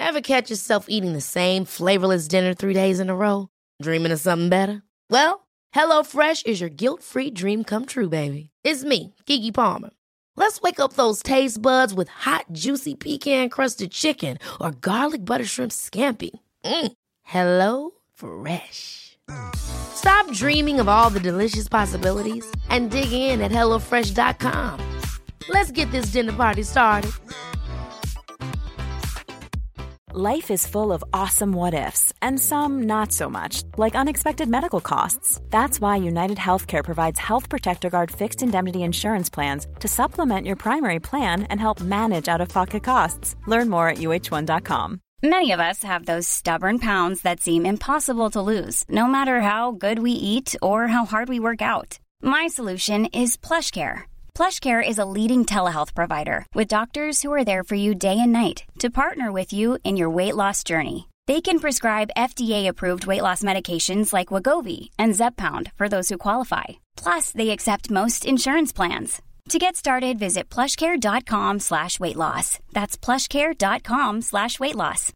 Ever catch yourself eating the same flavorless dinner 3 days in a row? Dreaming of something better? Well, HelloFresh is your guilt-free dream come true, baby. It's me, Keke Palmer. Let's wake up those taste buds with hot, juicy pecan-crusted chicken or garlic butter shrimp scampi. Hello Fresh. Stop dreaming of all the delicious possibilities and dig in at HelloFresh.com. Let's get this dinner party started. Life is full of awesome what-ifs, and some not so much, like unexpected medical costs. That's why United Healthcare provides Health Protector Guard fixed indemnity insurance plans to supplement your primary plan and help manage out-of-pocket costs. Learn more at UH1.com. Many of us have those stubborn pounds that seem impossible to lose, no matter how good we eat or how hard we work out. My solution is PlushCare. PlushCare is a leading telehealth provider with doctors who are there for you day and night to partner with you in your weight loss journey. They can prescribe FDA-approved weight loss medications like Wegovy and Zepbound for those who qualify. Plus, they accept most insurance plans. To get started, visit plushcare.com/weightloss. That's plushcare.com/weightloss.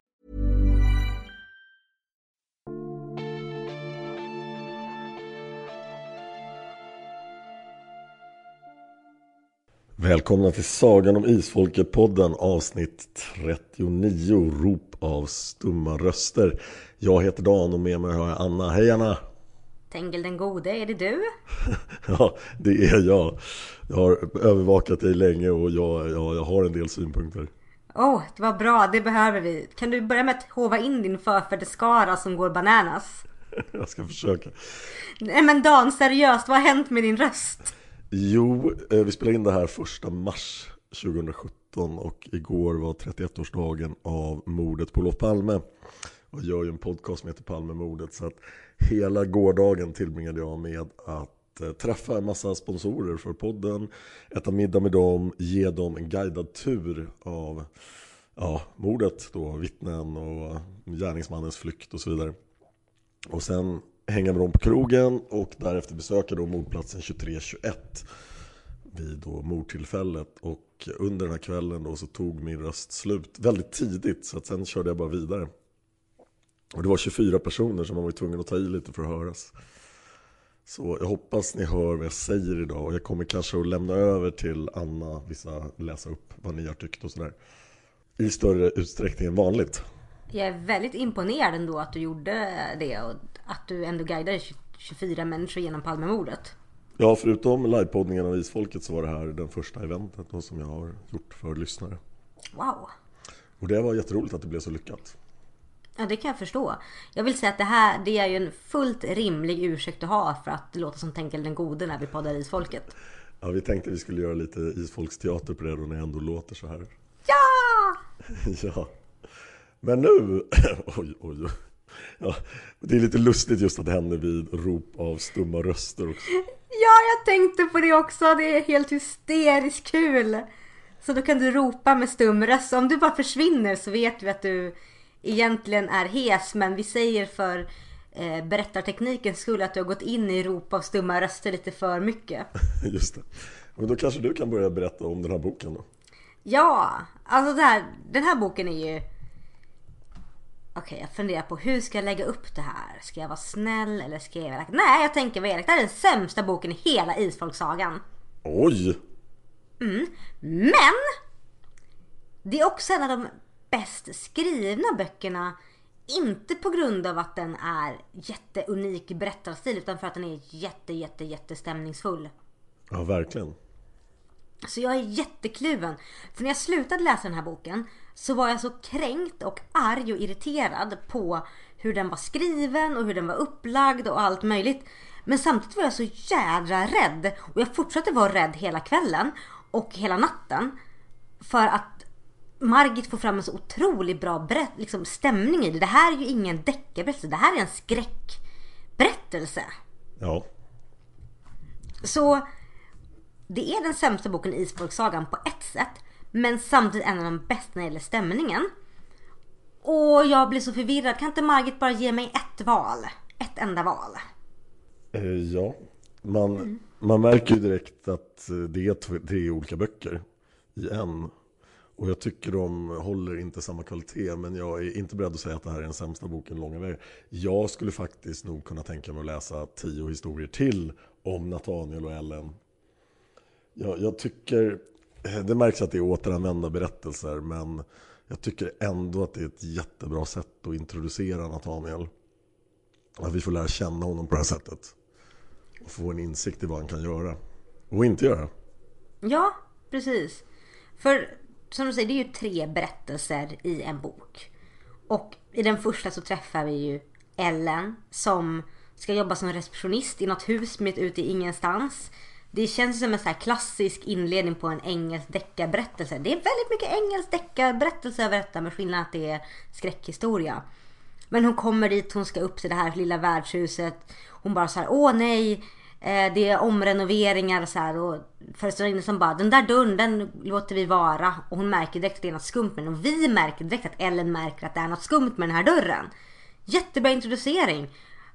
Välkomna till Sagan om Isfolket-podden, avsnitt 39, rop av stumma röster. Jag heter Dan och med mig har jag Anna. Hej Anna! Tengil den gode, är det du? Ja, det är jag. Jag har övervakat dig länge och jag har en del synpunkter. Det var bra, det behöver vi. Kan du börja med att hova in din förfädeskara som går bananas? Jag ska försöka. Nej men Dan, seriöst, vad har hänt med din röst? Jo, vi spelade in det här 1 mars 2017 och igår var 31-årsdagen av mordet på Olof Palme. Och jag gör ju en podcast som heter Palmemordet, så att hela gårdagen tillbringade jag med att träffa en massa sponsorer för podden, äta middag med dem, ge dem en guidad tur av mordet då, vittnen och gärningsmannens flykt och så vidare. Och sen hänga med dem på krogen och därefter besöka då mordplatsen 2321 vid då mordtillfället. Och under den här kvällen då så tog min röst slut väldigt tidigt, så att sen körde jag bara vidare. Och det var 24 personer som man var tvungen att ta i lite för att höras. Så jag hoppas ni hör vad jag säger idag, och jag kommer kanske att lämna över till Anna läsa upp vad ni har tyckt och sådär i större utsträckning än vanligt. Jag är väldigt imponerad ändå att du gjorde det och att du ändå guidade 24 människor genom Palmemordet. Ja, förutom livepoddningen av Isfolket så var det här den första eventet då som jag har gjort för lyssnare. Wow. Och det var jätteroligt att det blev så lyckat. Ja, det kan jag förstå. Jag vill säga att det är ju en fullt rimlig ursäkt att ha för att det låter som Tengil den gode när vi poddar Isfolket. Ja, vi tänkte att vi skulle göra lite Isfolksteater på det då när det ändå låter så här. Ja! Ja. Men nu... oj. Ja, det är lite lustigt just att det händer vid rop av stumma röster också. Ja, jag tänkte på det också. Det är helt hysteriskt kul. Så då kan du ropa med stum röst. Om du bara försvinner så vet vi att du egentligen är hes. Men vi säger för berättarteknikens skull att du har gått in i rop av stumma röster lite för mycket. Just det. Men då kanske du kan börja berätta om den här boken då. Ja, alltså den här boken är ju... Okej, jag funderar på hur ska jag lägga upp det här. Ska jag vara snäll eller ska jag vara elak? Nej, jag tänker vara elak. Det här är den sämsta boken i hela Isfolksagan. Oj! Men det är också en av de bäst skrivna böckerna. Inte på grund av att den är jätteunik berättarstil, utan för att den är jätte stämningsfull. Ja, verkligen. Så jag är jättekluven. För när jag slutade läsa den här boken så var jag så kränkt och arg och irriterad på hur den var skriven och hur den var upplagd och allt möjligt. Men samtidigt var jag så jädra rädd. Och jag fortsatte vara rädd hela kvällen och hela natten. För att Margit får fram en så otroligt bra stämning i det. Det här är ju ingen deckarberättelse. Det här är en skräckberättelse. Ja. Så... det är den sämsta boken i Isfolksagan på ett sätt, men samtidigt en av de bästa när det gäller stämningen. Och jag blir så förvirrad. Kan inte Margit bara ge mig ett enda val? Ja, man märker ju direkt att det är 3 olika böcker i en. Och jag tycker de håller inte samma kvalitet, men jag är inte beredd att säga att det här är den sämsta boken långa vägar. Jag skulle faktiskt nog kunna tänka mig att läsa 10 historier till om Nathaniel och Ellen. Jag tycker, det märks att det är återanvända berättelser, men jag tycker ändå att det är ett jättebra sätt att introducera Nathaniel. Att vi får lära känna honom på det här sättet. Och få en insikt i vad han kan göra. Och inte göra. Ja, precis. För som du säger, det är ju 3 berättelser i en bok. Och i den första så träffar vi ju Ellen som ska jobba som receptionist i något hus mitt ute i ingenstans. Det känns som en så här klassisk inledning på en engelsk deckarberättelse. Det är väldigt mycket engelsk deckarberättelse över detta, med skillnad att det är skräckhistoria. Men hon kommer dit, hon ska upp till det här lilla värdshuset. Hon bara så här, åh nej, det är omrenoveringar och så här. Och föreståndaren som bara, den där dörren, den låter vi vara. Och hon märker direkt att det är något skumt med den. Och vi märker direkt att Ellen märker att det är något skumt med den här dörren. Jättebra introducering.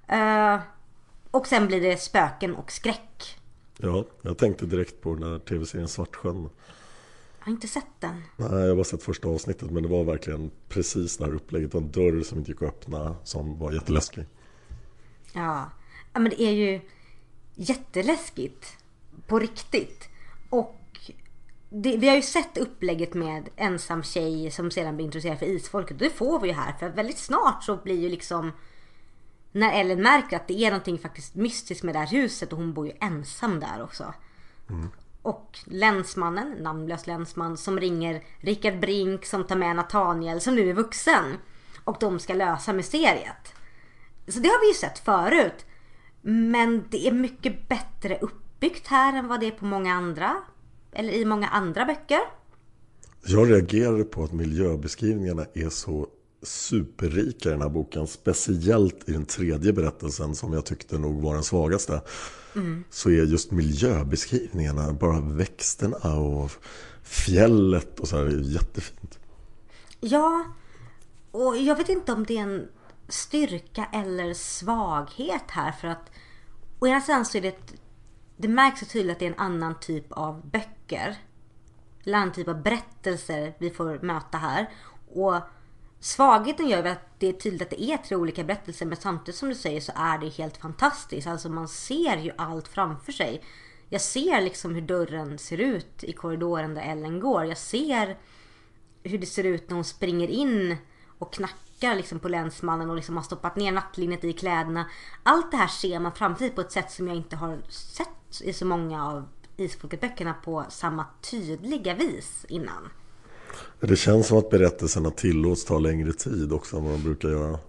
Och sen blir det spöken och skräck. Ja, jag tänkte direkt på den här tv-serien Svartsjön. Jag har inte sett den. Nej, jag har bara sett första avsnittet, men det var verkligen precis det här upplägget. En dörr som inte gick att öppna, som var jätteläskig. Ja, men det är ju jätteläskigt på riktigt. Och vi har ju sett upplägget med ensam tjej som sedan blir introducerad för isfolket. Och det får vi ju här, för väldigt snart så blir ju liksom, när Ellen märker att det är någonting faktiskt mystiskt med det här huset, och hon bor ju ensam där också. Och länsmannen, namnlös länsman, som ringer Richard Brink som tar med Nathaniel som nu är vuxen. Och de ska lösa mysteriet. Så det har vi ju sett förut. Men det är mycket bättre uppbyggt här än vad det är på många andra, eller i många andra böcker. Jag reagerade på att miljöbeskrivningarna är så superrika i den här boken. Speciellt i den 3:e berättelsen, som jag tyckte nog var den svagaste. Så är just miljöbeskrivningarna, bara växterna och fjället och så här, är jättefint. Ja, och jag vet inte om det är en styrka eller svaghet här, för att å ena sidan så är det märks så tydligt att det är en annan typ av böcker, eller en annan typ av berättelser vi får möta här. Och svagheten gör väl att det är tydligt att det är 3 olika berättelser, men samtidigt som du säger så är det helt fantastiskt. Alltså man ser ju allt framför sig. Jag ser liksom hur dörren ser ut i korridoren där Ellen går. Jag ser hur det ser ut när hon springer in och knackar liksom på länsmannen och liksom har stoppat ner nattlinnet i kläderna. Allt det här ser man framför sig på ett sätt som jag inte har sett i så många av Isfolket-böckerna på samma tydliga vis innan. Det känns som att berättelserna tillåts ta längre tid också än vad de brukar göra.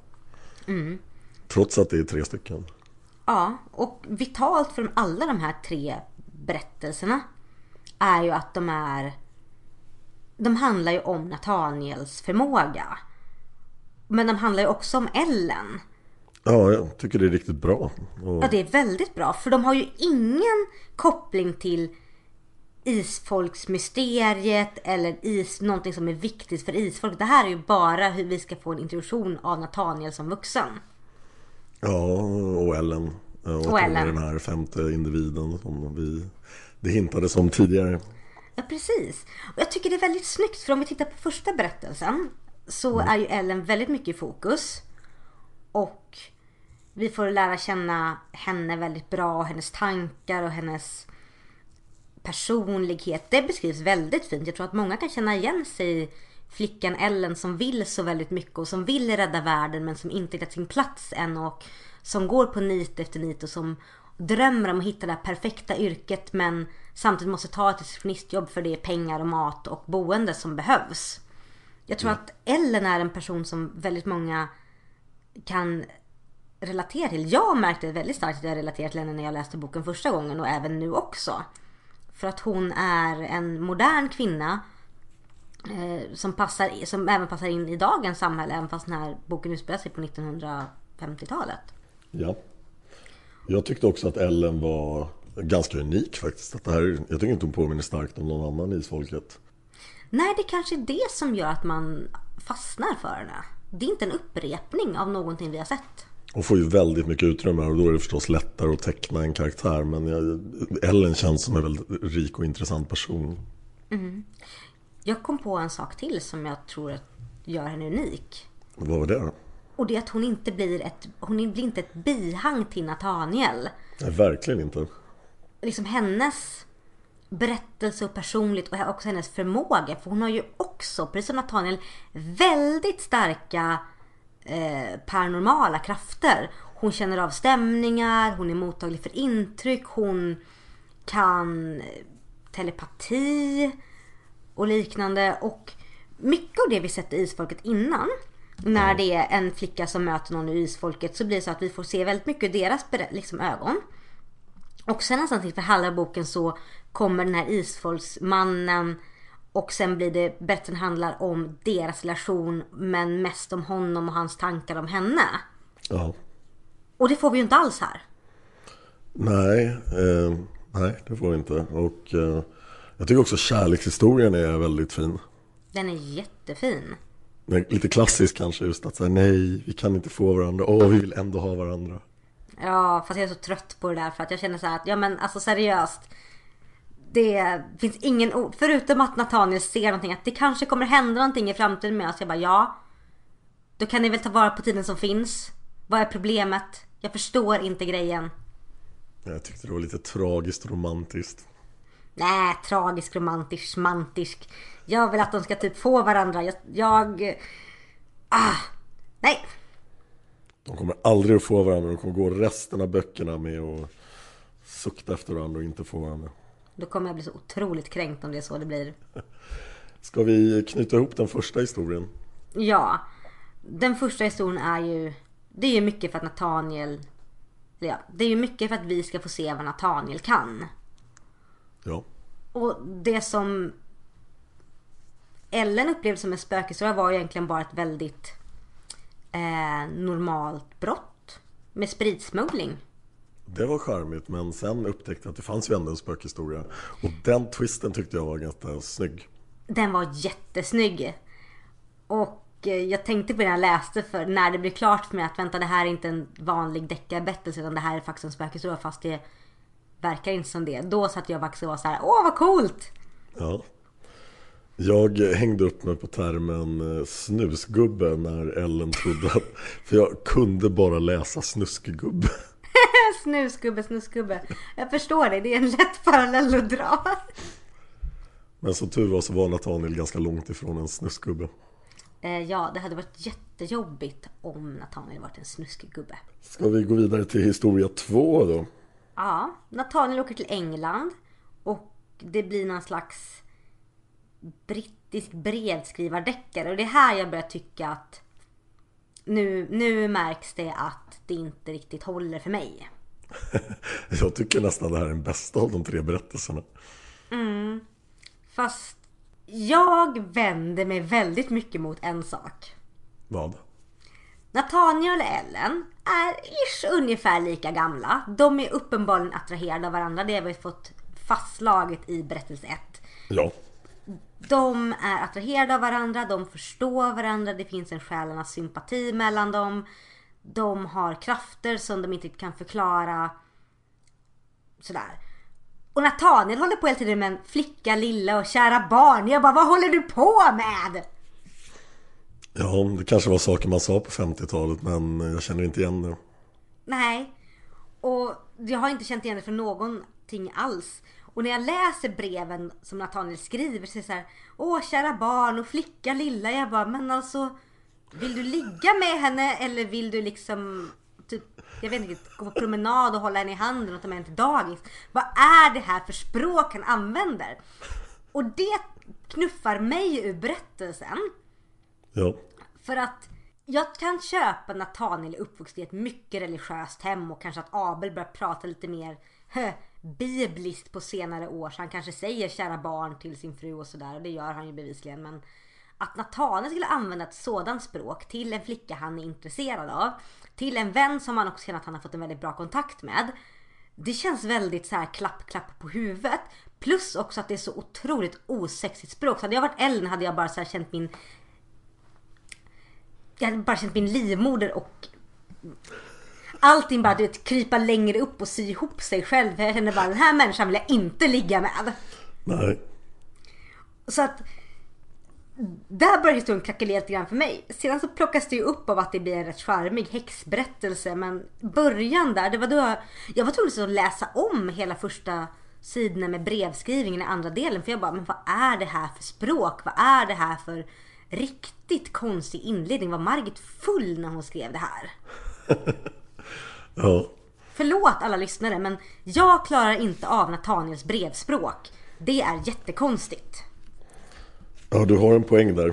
Trots att det är 3 stycken. Ja, och vitalt för alla de här 3 berättelserna är ju att de handlar ju om Nathaniels förmåga. Men de handlar ju också om Ellen. Ja, jag tycker det är riktigt bra. Ja, det är väldigt bra. För de har ju ingen koppling till isfolksmysteriet eller någonting som är viktigt för isfolk. Det här är ju bara hur vi ska få en introduktion av Nathaniel som vuxen. Ja, och Ellen. Och Ellen. Den här 5:e individen som det hintades om tidigare. Ja, precis. Och jag tycker det är väldigt snyggt, för om vi tittar på första berättelsen så är ju Ellen väldigt mycket i fokus. Och vi får lära känna henne väldigt bra, hennes tankar och hennes personlighet. Det beskrivs väldigt fint. Jag tror att många kan känna igen sig i flickan Ellen som vill så väldigt mycket och som vill rädda världen, men som inte hittat sin plats än, och som går på nit efter nit och som drömmer om att hitta det perfekta yrket, men samtidigt måste ta ett receptionistjobb för det är pengar och mat och boende som behövs. Jag tror att Ellen är en person som väldigt många kan relatera till. Jag märkte väldigt starkt att jag relaterade till henne när jag läste boken första gången, och även nu också. För att hon är en modern kvinna som även passar in i dagens samhälle, även fast den här boken utspelar sig på 1950-talet. Ja. Jag tyckte också att Ellen var ganska unik faktiskt. Jag tycker inte hon påminner starkt om någon annan i isfolket. Nej, det kanske är det som gör att man fastnar för henne. Det är inte en upprepning av någonting vi har sett. Hon får ju väldigt mycket utrymme och då är det förstås lättare att teckna en karaktär. Men Ellen känns som en väldigt rik och intressant person. Jag kom på en sak till som jag tror gör henne unik. Vad var det då? Och det är att hon blir inte ett bihang till Nathaniel. Nej, verkligen inte. Liksom hennes berättelse och personligt och också hennes förmåga. För hon har ju också, precis som Nathaniel, väldigt starka paranormala krafter. Hon känner av stämningar, hon är mottaglig för intryck, hon kan telepati och liknande. Och mycket av det vi sett i Isfolket innan, när det är en flicka som möter någon i Isfolket, så blir det så att vi får se väldigt mycket deras liksom ögon. Och sen nästan till för halva boken så kommer den här Isfolksmannen, och sen blir det berättelsen handlar om deras relation, men mest om honom och hans tankar om henne. Ja. Och det får vi ju inte alls här. Nej, det får vi inte. Och jag tycker också kärlekshistorien är väldigt fin. Den är jättefin. Lite klassisk kanske, just att säga nej, vi kan inte få varandra. Vi vill ändå ha varandra. Ja, fast jag är så trött på det där, för att jag känner så här att, ja men alltså seriöst, det finns ingen ord, förutom att Nathaniel ser någonting, att det kanske kommer hända någonting i framtiden med oss. Jag bara, ja, då kan ni väl ta vara på tiden som finns. Vad är problemet? Jag förstår inte grejen. Jag tyckte det var lite tragiskt romantiskt. Nej, tragisk, romantisk. Jag vill att de ska typ få varandra. Nej. De kommer aldrig att få varandra. De kommer gå resten av böckerna med att sukta efter varandra och inte få varandra. Då kommer jag bli så otroligt kränkt om det är så det blir. Ska vi knyta ihop den första historien? Ja, den första historien är ju, det är ju mycket för att Nathaniel, ja, det är ju mycket för att vi ska få se vad Nathaniel kan. Ja. Och det som Ellen upplevde som en spökhistoria var ju egentligen bara ett väldigt normalt brott med spritsmuggling. Det var charmigt, men sen upptäckte jag att det fanns ju ändå en spökhistoria. Och den twisten tyckte jag var ganska snygg. Den var jättesnygg. Och jag tänkte på det när jag läste, för när det blev klart för mig att vänta, det här är inte en vanlig deckarberättelse, utan det här är faktiskt en spökhistoria, fast det verkar inte som det. Då satt jag faktiskt och var så här, åh vad coolt! Ja. Jag hängde upp mig på termen snusgubbe när Ellen trodde att, för jag kunde bara läsa snuskgubbe. Snusgubbe. Jag förstår det, det är en lätt parallell att dra. Men som tur var så var Nathaniel ganska långt ifrån en snusgubbe. Ja, det hade varit jättejobbigt om Nathaniel varit en snuskgubbe. Ska vi gå vidare till historia 2 då? Ja, Nathaniel åker till England och det blir någon slags brittisk brevskrivardeckare. Och det är här jag börjar tycka att nu märks det att det inte riktigt håller för mig. Jag tycker nästan det här är den bästa av de 3 berättelserna. Fast jag vänder mig väldigt mycket mot en sak. Vad? Nathaniel och Ellen är ungefär lika gamla. De är uppenbarligen attraherade av varandra. Det har vi fått fastslaget i berättelse 1. Ja. De är attraherade av varandra, de förstår varandra, det finns en själarnas sympati mellan dem. De har krafter som de inte kan förklara. Sådär. Och Nathaniel håller på hela tiden med en flicka, lilla och kära barn. Jag bara, vad håller du på med? Ja, det kanske var saker man sa på 50-talet, men jag känner inte igen det. Nej, och jag har inte känt igen det för någonting alls. Och när jag läser breven som Nathaniel skriver så är det så här, åh kära barn och flicka lilla. Jag bara, men alltså, vill du ligga med henne eller vill du liksom typ, jag vet inte, gå på promenad och hålla henne i handen och ta med henne till dagis? Vad är det här för språk han använder? Och det knuffar mig ur berättelsen. Ja. För att jag kan köpa Nathaniel uppvuxen i ett mycket religiöst hem och kanske att Abel börjar prata lite mer bibliskt på senare år, så han kanske säger kära barn till sin fru och sådär, och det gör han ju bevisligen. Men att Nathaniel skulle använda ett sådant språk till en flicka han är intresserad av, till en vän som han också känner att han har fått en väldigt bra kontakt med, det känns väldigt så här klapp på huvudet. Plus också att det är så otroligt osexigt språk. Så hade jag varit Ellen hade jag bara så här känt min livmoder och allting bara krypa längre upp och sy ihop sig själv. För jag kände bara, den här människan vill jag inte ligga med. Nej. Så att där börjar historien krackelera lite grann för mig. Sedan så plockas det ju upp av att det blir en rätt charmig häxberättelse. Men början där, det var då jag var tvungen att läsa om hela första sidorna med brevskrivningen i andra delen. För jag bara, men vad är det här för språk? Vad är det här för riktigt konstig inledning? Var Margit full när hon skrev det här? Ja. Förlåt alla lyssnare, men jag klarar inte av Nathaniels brevspråk. Det är jättekonstigt. Ja, du har en poäng där.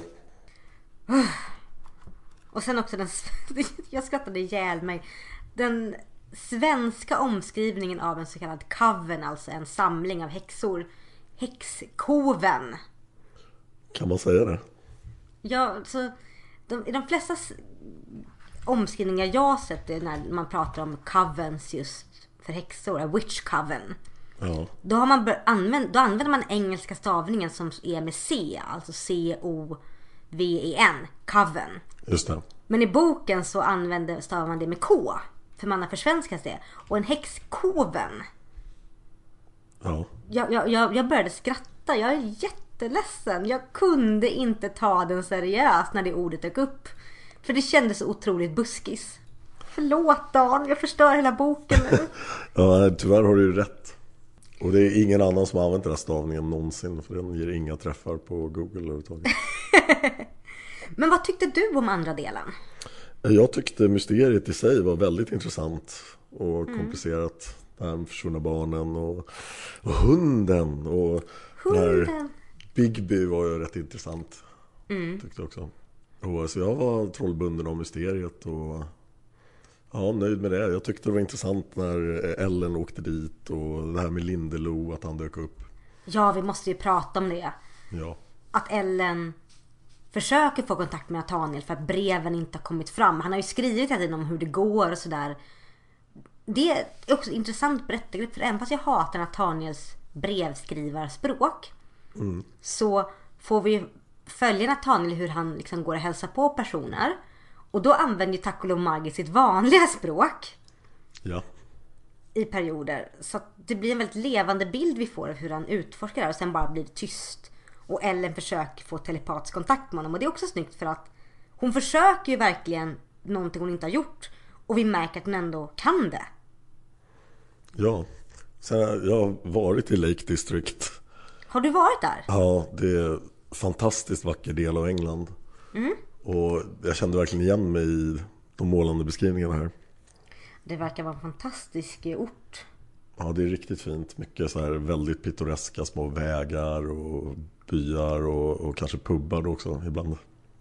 Och sen också jag skrattade ihjäl mig. Den svenska omskrivningen av en så kallad coven, alltså en samling av häxor. Häxkoven. Kan man säga det? Ja, så i de flesta omskrivningar jag har sett det när man pratar om covens just för häxor, witch coven. Ja. Då använder man engelska stavningen som är med C, alltså C-O-V-E-N, coven. Just det. Men i boken så stavar man det med K, för man har försvenskat det. Och en häxkoven. Ja. Jag började skratta, jag är jätteledsen. Jag kunde inte ta den seriöst när det ordet dök upp. För det kändes så otroligt buskis. Förlåt Dan, jag förstör hela boken nu. Ja, tyvärr har du ju rätt. Och det är ingen annan som har använt den här stavningen någonsin. För den ger inga träffar på Google överhuvudtaget. Men vad tyckte du om andra delen? Jag tyckte mysteriet i sig var väldigt intressant och komplicerat. Det här med försvunna barnen och hunden. Och Hunden? Bigby var ju rätt intressant. Tyckte jag också. Och så jag var trollbunden av mysteriet och ja, nöjd med det. Jag tyckte det var intressant när Ellen åkte dit och det här med Lindeloo, att han dök upp. Ja, vi måste ju prata om det. Ja. Att Ellen försöker få kontakt med Nathaniel för att breven inte har kommit fram. Han har ju skrivit hela tiden om hur det går och sådär. Det är också intressant berättargrepp, för även fast jag hatar Nathaniels brevskrivarspråk så får vi följa Nathaniel hur han liksom går och hälsar på personer. Och då använder ju tack och lov Margit sitt vanliga språk. Ja. I perioder. Så att det blir en väldigt levande bild vi får av hur han utforskar det. Och sen bara blir det tyst. Och Ellen försöker få telepatisk kontakt med honom. Och det är också snyggt för att hon försöker ju verkligen någonting hon inte har gjort. Och vi märker att hon ändå kan det. Ja. Sen jag har varit i Lake District. Har du varit där? Ja, det är en fantastiskt vacker del av England. Och jag kände verkligen igen mig i de målande beskrivningarna här. Det verkar vara en fantastisk ort. Ja, det är riktigt fint. Mycket så här väldigt pittoreska små vägar och byar och kanske pubbar då också ibland.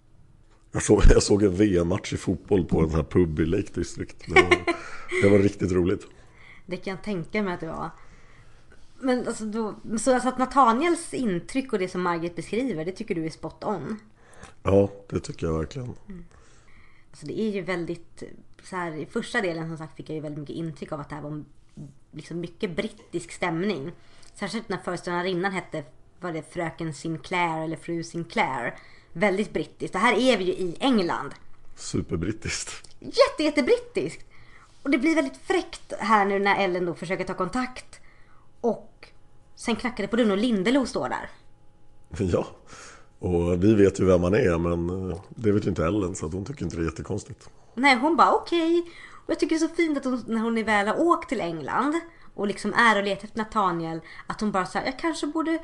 Jag såg en VM-match i fotboll på en sån här pub i Lake District. Det var riktigt roligt. Det kan jag tänka mig att det var. Men alltså att Nathaniels intryck och det som Margit beskriver, det tycker du är spot on? Ja, det tycker jag verkligen. Alltså det är ju väldigt så här, i första delen som sagt fick jag ju väldigt mycket intryck av att det här var liksom mycket brittisk stämning. Särskilt när föreståndarinnan hette, var det fröken Sinclair eller fru Sinclair. Väldigt brittiskt. Det här är vi ju i England. Superbrittiskt. Jättebrittiskt. Och det blir väldigt fräckt här nu när Ellen då försöker ta kontakt. Och sen knackar det på dörren och Lindeloo står där. Ja, och vi vet ju vem man är, men det vet ju inte Ellen, så att hon tycker inte det är jättekonstigt. Nej, hon bara okej. Och jag tycker det är så fint att hon, när hon är väl har åkt till England och liksom är och letar efter Nathaniel, att hon bara säger jag kanske borde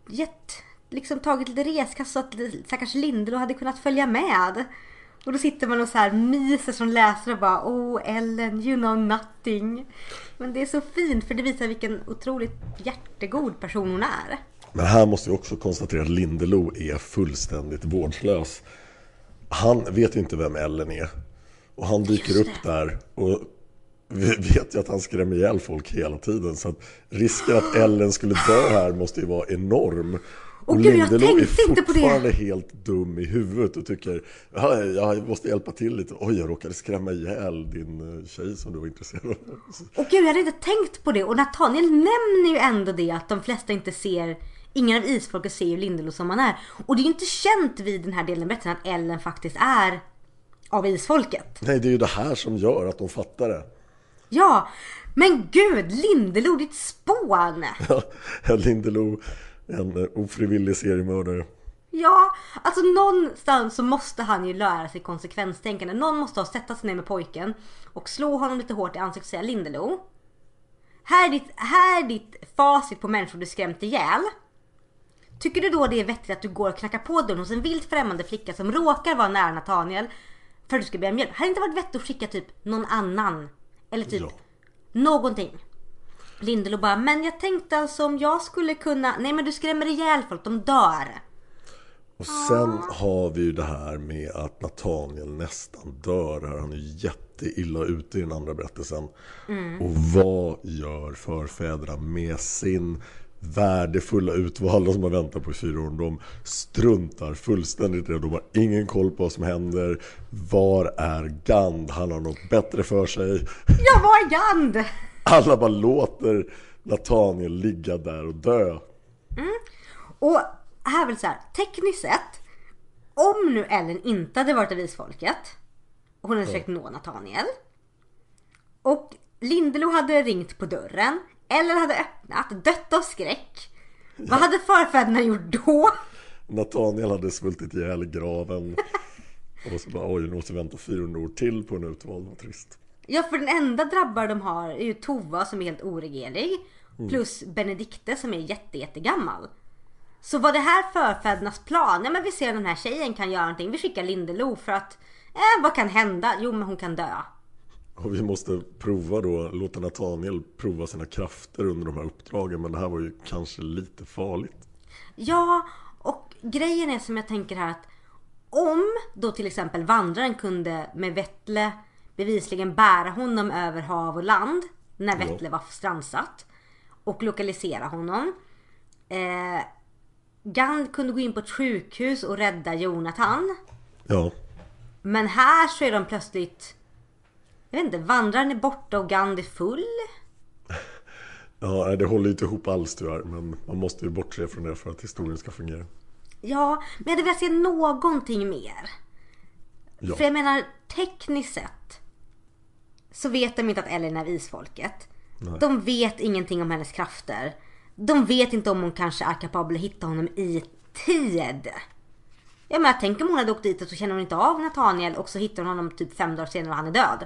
tagit lite reskast så att stackars Lindeloo hade kunnat följa med. Och då sitter man och så här myser som läsare och bara Ellen, you know nothing. Men det är så fint för det visar vilken otroligt hjärtegod person hon är. Men här måste jag också konstatera att Lindeloo är fullständigt vårdslös. Han vet ju inte vem Ellen är. Och han dyker upp där och vi vet ju att han skrämmer ihjäl folk hela tiden. Så att risken att Ellen skulle dö här måste ju vara enorm. Och gud, Lindeloo är inte på det. fortfarande helt dum i huvudet och tycker jag måste hjälpa till lite. Oj, jag råkade skrämma ihjäl din tjej som du var intresserad av. Och gud, jag hade inte tänkt på det. Och Nathaniel nämner ju ändå det att de flesta inte ser, ingen av isfolket ser ju Lindeloo som han är. Och det är ju inte känt vid den här delen av berättelsen att Ellen faktiskt är av isfolket. Nej, det är ju det här som gör att de fattar det. Ja, men gud, Lindeloo, ditt spån. Ja, Lindeloo, en ofrivillig seriemördare. Ja, alltså någonstans så måste han ju lära sig konsekvenstänkande. Någon måste ha sätta sig ner med pojken och slå honom lite hårt i ansiktet och säga: Lindelo, här är ditt facit på människor du skrämt ihjäl. Tycker du då det är vettigt att du går och knackar på dörren hos en vilt främmande flicka som råkar vara nära Nathaniel för att du ska be om hjälp? Hade det inte varit vettigt att skicka typ någon annan? Eller typ någonting. Lindelo bara: men jag tänkte alltså om jag skulle kunna... Nej, men du skrämmer ihjäl folk, de dör. Och sen har vi ju det här med att Nathaniel nästan dör här. Han är jätteilla ute i den andra berättelsen. Och vad gör förfäderna med sin värdefulla utvalda som man väntar på i 4 år? De struntar fullständigt i det. De har ingen koll på vad som händer. Var är Gand? Han har något bättre för sig. Ja, var är Gand? Alla bara låter Nathaniel ligga där och dö. Och här väl så här, tekniskt sett, om nu Ellen inte hade varit av isfolket och hon hade försökt nå Nathaniel och Lindelo hade ringt på dörren eller hade öppnat, dött av skräck, vad hade förfäderna gjort då? Nathaniel hade svultit ihjäl i graven. Och så bara, oj, nu måste vi vänta 400 år till på en utvald. Vad trist. Ja, för den enda drabbar de har är ju Tova som är helt oregerlig, plus Benedikte som är jättegammal. Så var det här förfädernas plan? Ja, men vi ser om den här tjejen kan göra någonting. Vi skickar Lindelo för att, vad kan hända? Jo, men hon kan dö. Och vi måste prova då, låta Nathaniel prova sina krafter under de här uppdragen. Men det här var ju kanske lite farligt. Ja, och grejen är som jag tänker här att om då till exempel vandraren kunde med Vettle bevisligen bära honom över hav och land när Vettle var strandsatt och lokalisera honom. Gand kunde gå in på ett sjukhus och rädda Jonathan. Ja. Men här så är de plötsligt, jag vet inte, vandraren är borta och Gand är full. Ja, det håller ju inte ihop alls tyvärr. Men man måste ju bortse från det för att historien ska fungera. Ja, men jag hade velat se någonting mer. Ja. För jag menar, tekniskt sett så vet de inte att Ellen är isfolket. Nej. De vet ingenting om hennes krafter. De vet inte om hon kanske är kapabel att hitta honom i tid. Jag menar, tänk om hon hade åkt dit och så känner hon inte av Nathaniel och så hittar hon honom typ 5 dagar senare och han är död.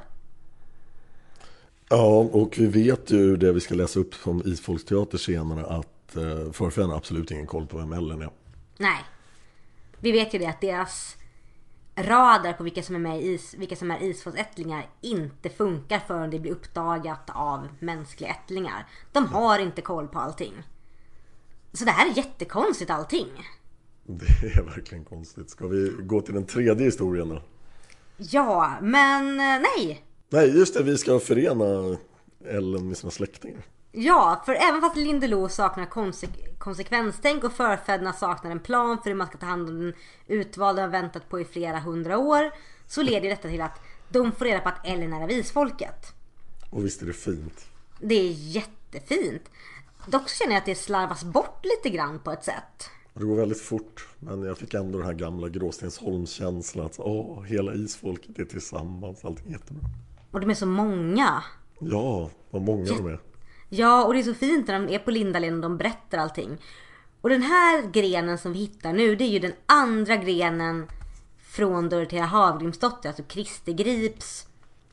Ja, och vi vet ju det vi ska läsa upp från Isfolksteater senare att förfäderna absolut ingen koll på vem Ellen är. Nej. Vi vet ju det att deras radar på vilka som är med i vilka som är isfolksättlingar inte funkar förrän det blir uppdagat av mänskliga ättlingar. De har inte koll på allting. Så det här är jättekonstigt allting. Det är verkligen konstigt. Ska vi gå till den tredje historien då? Ja, men nej. Nej, just det. Vi ska förena Ellen med sina släktingar. Ja, för även fast Lindelo saknar konsekvenstänk och förfäderna saknar en plan för hur man ska ta hand om den utvalda och väntat på i flera 100 år, så leder detta till att de får reda på att Ellen är av isfolket. Och visst är det fint. Det är jättefint. Dock känner jag att det slarvas bort lite grann på ett sätt. Det går väldigt fort, men jag fick ändå den här gamla Gråstensholmskänslan att hela isfolket är tillsammans, allting är jättebra. Och de är så många. Ja, vad många de är. Ja, och det är så fint när de är på Lindalen och de berättar allting. Och den här grenen som vi hittar nu, det är ju den andra grenen från Dorotea Havgrimsdotter, alltså Kristi Grips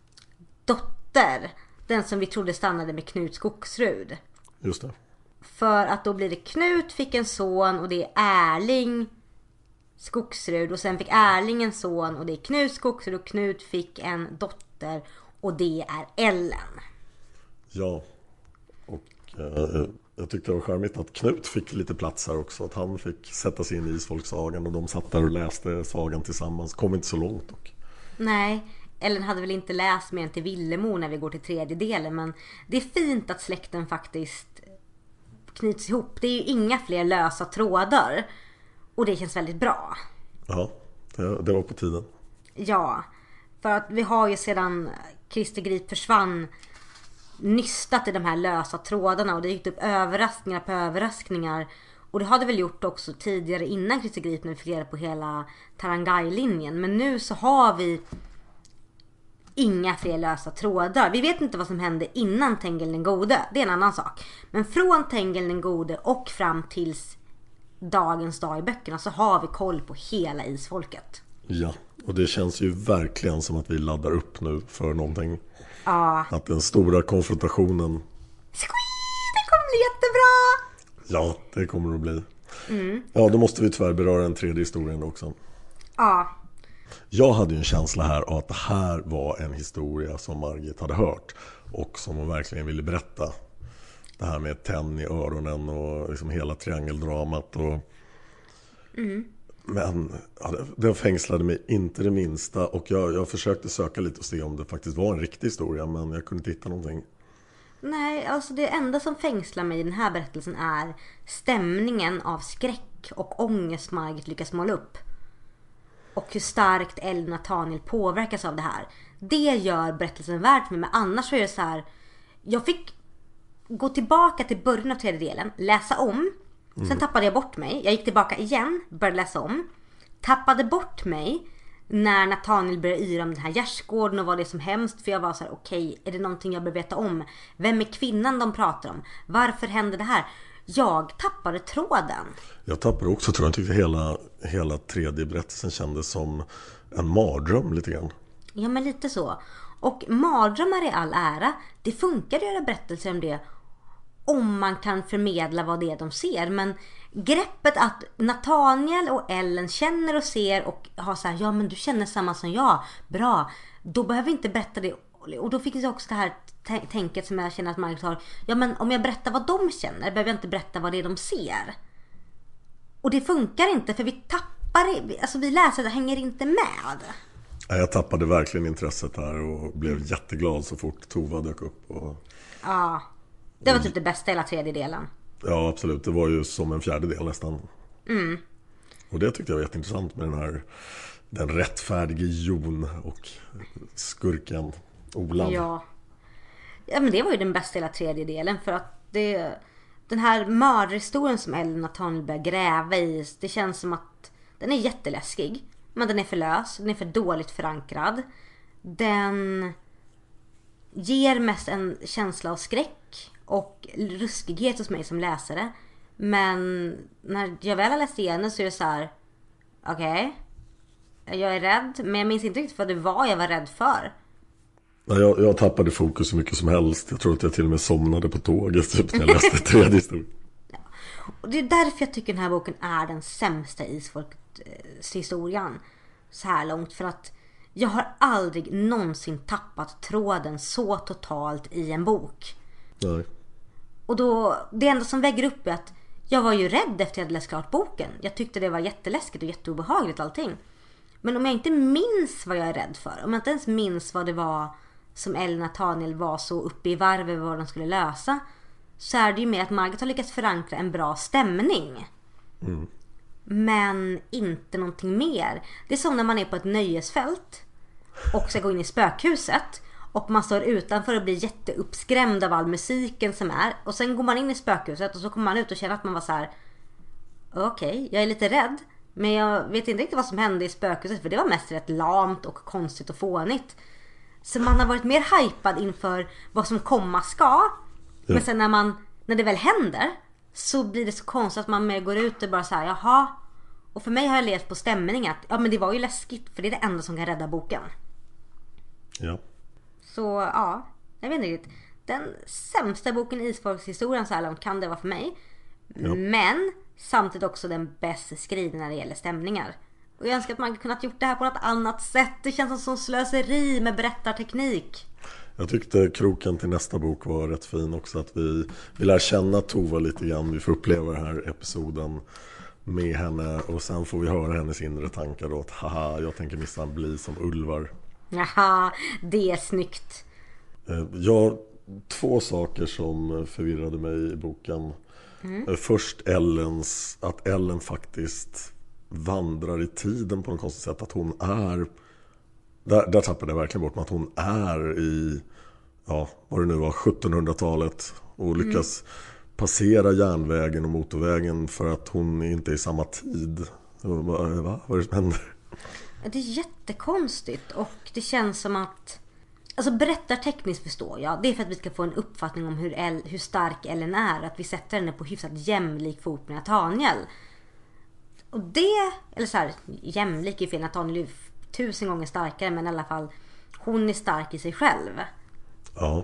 dotter. Den som vi trodde stannade med Knut Skogsrud. Just det. För att då blir det Knut fick en son och det är Erling Skogsrud. Och sen fick Erling en son och det är Knut Skogsrud. Och Knut fick en dotter och det är Ellen. Ja, och jag tyckte det var charmigt att Knut fick lite plats här också. Att han fick sätta sig in i isfolksagan och de satt där och läste sagan tillsammans. Kom inte så långt dock. Nej, Ellen hade väl inte läst mer än till Villemo när vi går till tredje delen. Men det är fint att släkten faktiskt knyts ihop. Det är ju inga fler lösa trådar. Och det känns väldigt bra. Ja, det var på tiden. Ja, för att vi har ju sedan Kristi Grip försvann nystat i de här lösa trådarna. Och det gick upp överraskningar på överraskningar. Och det hade väl gjort också tidigare innan Kristi Grip när vi fick reda på hela Tarangai-linjen. Men nu så har vi inga fler lösa trådar. Vi vet inte vad som hände innan Tengil den gode. Det är en annan sak. Men från Tengil den gode och fram tills dagens dag i böckerna så har vi koll på hela isfolket. Ja, och det känns ju verkligen som att vi laddar upp nu för någonting. Ja. Att den stora konfrontationen... Det kommer bli jättebra! Ja, det kommer det att bli. Ja, då måste vi tyvärr beröra den tredje historien också. Ja. Jag hade ju en känsla här av att det här var en historia som Margit hade hört och som hon verkligen ville berätta. Det här med tenn i öronen och liksom hela triangeldramat. Men ja, det fängslade mig inte det minsta. Och jag försökte söka lite och se om det faktiskt var en riktig historia, men jag kunde inte hitta någonting. Nej, alltså det enda som fängslar mig i den här berättelsen är stämningen av skräck och ångest Margit lyckas måla upp. Och hur starkt Ellen och Nathaniel påverkas av det här. Det gör berättelsen värd för mig. Men annars så är det så här. Jag fick gå tillbaka till början av tredje delen, läsa om. Sen tappade jag bort mig. Jag gick tillbaka igen, började läsa om. Tappade bort mig när Nathaniel började yra om den här gärdsgården och vad det är som hemskt. För jag var så här: okej, är det någonting jag behöver veta om? Vem är kvinnan de pratar om? Varför hände det här? Jag tappade tråden. Jag tappade också tråden. Jag tyckte hela tredje berättelsen kändes som en mardröm lite grann. Ja, men lite så. Och mardrömmar i all ära. Det funkar att göra berättelser om det om man kan förmedla vad det är de ser. Men greppet att Nathaniel och Ellen känner och ser och har så här: ja men du känner samma som jag, bra, då behöver vi inte berätta det. Och då fick jag också det här tänket som jag känner att Margit har: ja men om jag berättar vad de känner behöver jag inte berätta vad det är de ser. Och det funkar inte, för vi tappar, alltså vi läsare hänger inte med. Jag tappade verkligen intresset här och blev jätteglad så fort Tova dök upp. Ja, det var typ det bästa i hela tredje delen. Ja, absolut. Det var ju som en fjärdedel nästan. Och det tyckte jag var jätteintressant med den rättfärdige Jon och skurken Olan. Ja, men det var ju den bästa i hela tredje delen. För att den här mördarhistorien som Ellen och Nathaniel börjar gräva i, det känns som att den är jätteläskig. Men den är för lös, den är för dåligt förankrad. Den ger mest en känsla av skräck och ruskighet hos mig som läsare. Men när jag väl har läst igenom så är det så här: okej, jag är rädd, men jag minns inte riktigt vad det var jag var rädd för. Jag tappade fokus så mycket som helst. Jag tror att jag till och med somnade på tåget typ, när jag läste tredje historien. Ja. Och det är därför jag tycker den här boken är den sämsta isfolkshistorien så här långt. För att jag har aldrig någonsin tappat tråden så totalt i en bok. Nej. Och då, det enda som väger upp är att jag var ju rädd efter att jag hade läst klart boken. Jag tyckte det var jätteläskigt och jätteobehagligt allting. Men om jag inte minns vad jag är rädd för, om jag inte ens minns vad det var som Ellen och Nathaniel var så uppe i varv över vad de skulle lösa, så är det ju med att Margit har lyckats förankra en bra stämning. Men inte någonting mer. Det är som när man är på ett nöjesfält och ska gå in i spökhuset och man står utanför och blir jätteuppskrämd av all musiken som är. Och sen går man in i spökhuset och så kommer man ut och känner att man var så här: okej, jag är lite rädd, men jag vet inte riktigt vad som hände i spökhuset, för det var mest rätt lamt och konstigt och fånigt. Så man har varit mer hypad inför vad som komma ska. Ja. Men sen när det väl händer så blir det så konstigt att man mer går ut och bara så här: jaha. Och för mig har jag levt på stämningen att ja, men det var ju läskigt, för det är det enda som kan rädda boken. Ja. Så ja, jag vet inte riktigt. Den sämsta boken i isfolkshistorien så här långt kan det vara för mig. Ja. Men samtidigt också den bäst skrivna när det gäller stämningar. Och jag önskar att man kunnat gjort det här på något annat sätt. Det känns som slöseri med berättarteknik. Jag tyckte kroken till nästa bok var rätt fin också. Att vi lär känna Tova lite grann. Vi får uppleva den här episoden med henne. Och sen får vi höra hennes inre tankar då. Att haha, jag tänker minsann bli som Ulvar. Jaha, det är snyggt. Ja, 2 saker som förvirrade mig i boken. Först att Ellen faktiskt vandrar i tiden på något konstigt sätt. Att hon är... Där tappade jag verkligen bort med att hon är i... Ja, vad det nu var, 1700-talet. Och lyckas passera järnvägen och motorvägen för att hon inte är i samma tid. Vad är det som händer? Det är jättekonstigt. Och det känns som att... Alltså berättartekniskt förstår jag. Det är för att vi ska få en uppfattning om hur stark Ellen är. Att vi sätter henne på hyfsat jämlik fot med Nathaniel. Och det, eller så här, jämlik i fel, Nathaniel är 1000 gånger starkare, men i alla fall hon är stark i sig själv. Ja.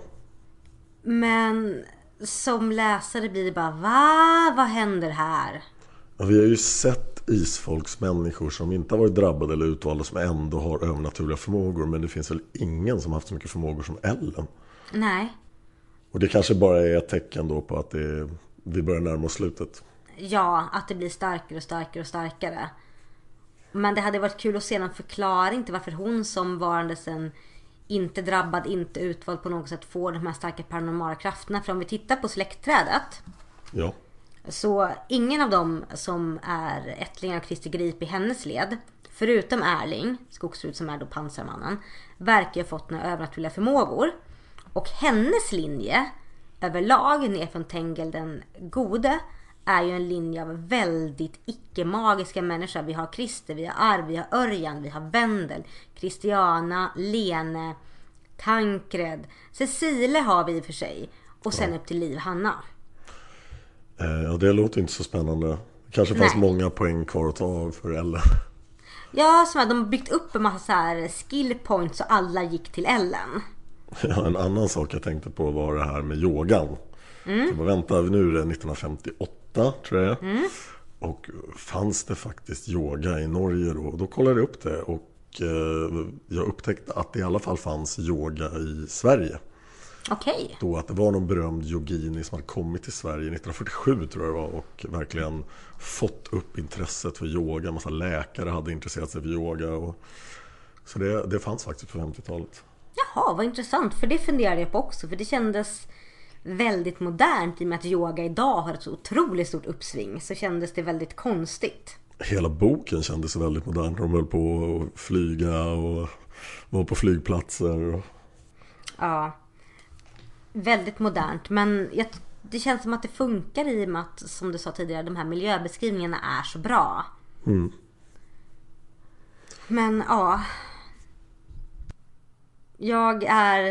Men som läsare blir det bara, vad händer här? Ja, vi har ju sett isfolksmänniskor som inte har varit drabbade eller utvalda som ändå har övernaturliga förmågor. Men det finns väl ingen som haft så mycket förmågor som Ellen. Nej. Och det kanske bara är ett tecken då på att vi börjar närma oss slutet. Ja, att det blir starkare och starkare och starkare. Men det hade varit kul att se en förklaring till varför hon som varande sen inte drabbad, inte utvald på något sätt får de här starka paranormala krafterna. För om vi tittar på släktträdet, Ja. så ingen av dem som är ättlingar av Kristi Grip i hennes led, förutom Erling, Skogsrud som är då pansarmannen, verkar ha fått några övernaturliga förmågor. Och hennes linje överlag ner från Tengel den gode är ju en linje av väldigt icke-magiska människor. Vi har Christer, vi har Arv, vi har Örjan, vi har Wendel, Christiana, Lene, Tankred, Cecile har vi i och för sig. Och sen upp till Liv Hanna. Ja, det låter inte så spännande. Kanske fanns många poäng kvar att ta av för Ellen. Ja, som att de har byggt upp en massa så här skill points och alla gick till Ellen. Ja, en annan sak jag tänkte på var det här med yogan. Så vänta, nu är det 1958 tror jag. Och fanns det faktiskt yoga i Norge då? Då kollade jag upp det och jag upptäckte att det i alla fall fanns yoga i Sverige. Okej. Då att det var någon berömd yogini som hade kommit till Sverige 1947 tror jag det var, och verkligen fått upp intresset för yoga. En massa läkare hade intresserat sig för yoga. Så det fanns faktiskt på 50-talet. Jaha, vad intressant. För det funderade jag på också. För det kändes väldigt modernt i och med att yoga idag har ett så otroligt stort uppsving. Så kändes det väldigt konstigt. Hela boken kändes väldigt modern. De höll på att flyga och var på flygplatser. Ja, väldigt modernt. Men det känns som att det funkar i och med att, som du sa tidigare, de här miljöbeskrivningarna är så bra. Men ja, jag är...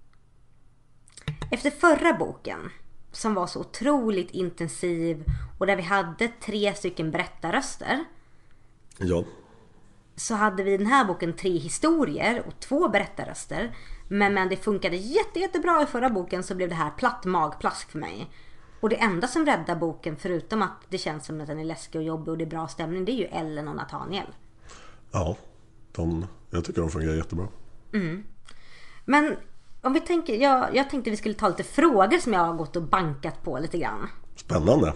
Efter förra boken, som var så otroligt intensiv och där vi hade 3 stycken berättarröster, Ja. så hade vi i den här boken 3 historier och 2 berättarröster. Men det funkade jättebra i förra boken, så blev det här platt magplask för mig. Och det enda som räddar boken, förutom att det känns som att den är läskig och jobbig och det är bra stämning, det är ju Ellen och Nathaniel. Ja, jag tycker de fungerar jättebra. Men om vi tänker, jag tänkte vi skulle ta lite frågor som jag har gått och bankat på lite grann. Spännande.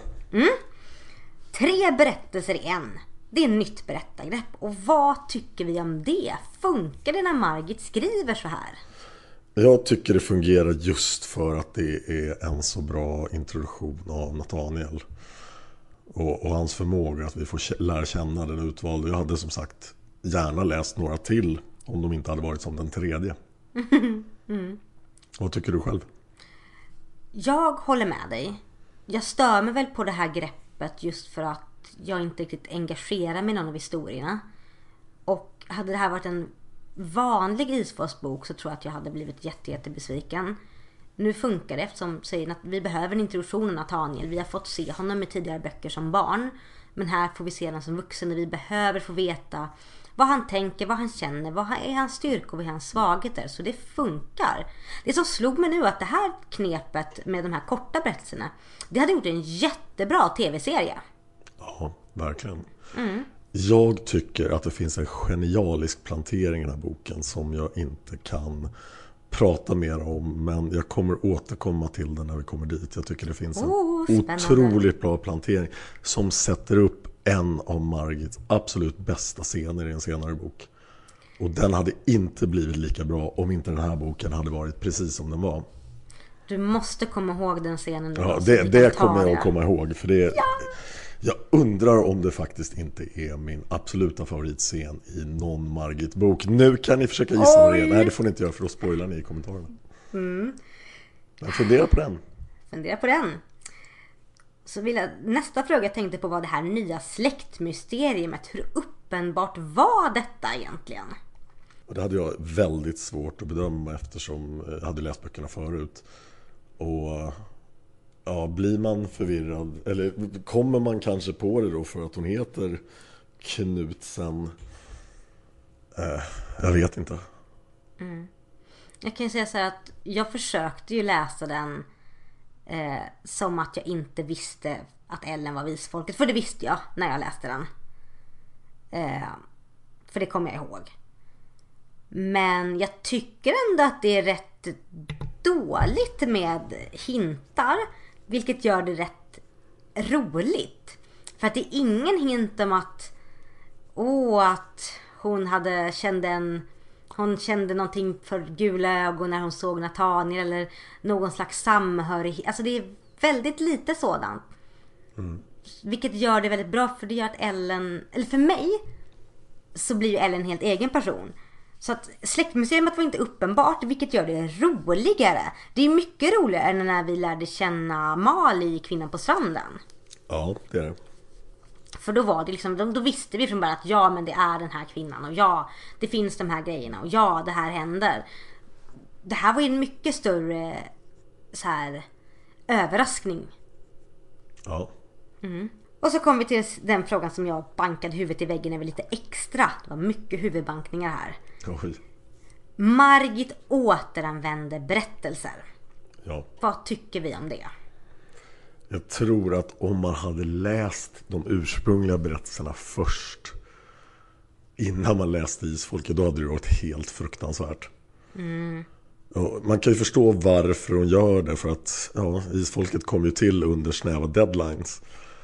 3 berättelser i en. Det är ett nytt berättargrepp. Och vad tycker vi om det? Funkar det när Margit skriver så här? Jag tycker det fungerar just för att det är en så bra introduktion av Nathaniel. Och hans förmåga att vi får lära känna den utvalda. Jag hade som sagt gärna läst några till om de inte hade varit som den 3:e. Vad tycker du själv? Jag håller med dig. Jag stör mig väl på det här greppet just för att jag inte riktigt engagerar mig i någon av historierna. Och hade det här varit en vanlig isfolksbok så tror jag att jag hade blivit jättebesviken. Nu funkar det eftersom säger att vi behöver en introduktion av Nathaniel. Vi har fått se honom i tidigare böcker som barn. Men här får vi se honom som vuxen och vi behöver få veta vad han tänker, vad han känner, vad är hans styrkor och vad är hans svagheter. Så det funkar. Det som slog mig nu att det här knepet med de här korta berättelserna, det hade gjort en jättebra tv-serie. Ja, verkligen. Jag tycker att det finns en genialisk plantering i den här boken som jag inte kan prata mer om, men jag kommer återkomma till den när vi kommer dit. Jag tycker det finns en otroligt bra plantering som sätter upp en av Margits absolut bästa scener i en senare bok. Och den hade inte blivit lika bra om inte den här boken hade varit precis som den var. Du måste komma ihåg den scenen. Ja, det kommer jag att komma ihåg. För det, jag undrar om det faktiskt inte är min absoluta favoritscen i någon Margit-bok. Nu kan ni försöka gissa vad det är. Nej, det får ni inte göra för då spoilar ni i kommentarerna. Men fundera på den. Så nästa fråga jag tänkte på var det här nya släktmysteriet. Hur uppenbart var detta egentligen? Och det hade jag väldigt svårt att bedöma eftersom jag hade läst böckerna förut. Och Ja, blir man förvirrad? Eller kommer man kanske på det då för att hon heter Knutsen? Jag vet inte. Jag kan ju säga så här att jag försökte ju läsa den som att jag inte visste att Ellen var visfolket. För det visste jag när jag läste den. För det kommer jag ihåg. Men jag tycker ändå att det är rätt dåligt med hintar. Vilket gör det rätt roligt. För att det är ingen hint om att hon kände någonting för gula ögon när hon såg Nathaniel. Eller någon slags samhörighet. Alltså det är väldigt lite sådant. Vilket gör det väldigt bra. För det gör att Ellen, eller för mig, så blir ju Ellen en helt egen person. Så att släktmuseet var inte uppenbart, vilket gör det roligare. Det är mycket roligare än när vi lärde känna Mali, kvinnan på stranden. Ja, det är det. För då var det liksom, då visste vi från början att ja, men det är den här kvinnan. Och ja, det finns de här grejerna. Och ja, det här händer. Det här var ju en mycket större så här överraskning. Ja. Och så kom vi till den frågan som jag bankade huvudet i väggen över lite extra. Det var mycket huvudbankningar här. Oj. Margit återanvände berättelser. Ja. Vad tycker vi om det? Jag tror att om man hade läst de ursprungliga berättelserna först, innan man läste Isfolket, då hade det varit helt fruktansvärt. Och man kan ju förstå varför hon gör det, för att Isfolket kom ju till under snäva deadlines.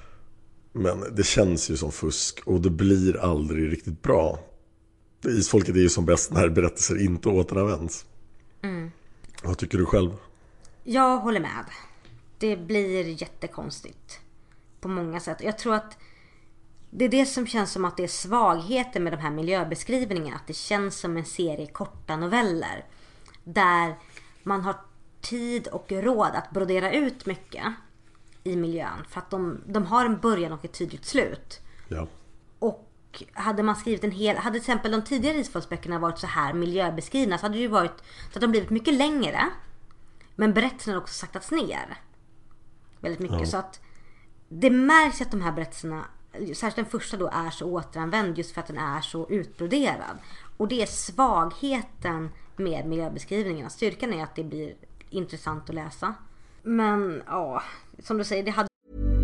Men det känns ju som fusk och det blir aldrig riktigt bra. Isfolket är ju som bäst när berättelser inte återanvänds. Vad tycker du själv? Jag håller med. Det blir jättekonstigt på många sätt. Jag tror att det är det som känns som att det är svagheten med de här miljöbeskrivningarna. Att det känns som en serie korta noveller. Där man har tid och råd att brodera ut mycket i miljön. För att de har en början och ett tydligt slut. Ja. Och hade man skrivit hade till exempel de tidigare Isfolksböckerna varit så här miljöbeskrivna, så hade det ju varit så att de blivit mycket längre. Men berättelserna har också saktats ner väldigt mycket. Ja. Så att det märks att de här berättelserna, särskilt den första då, är så återanvänd just för att den är så utbroderad. Och det är svagheten med miljöbeskrivningarna. Styrkan är att det blir intressant att läsa. Men ja, som du säger, det hade...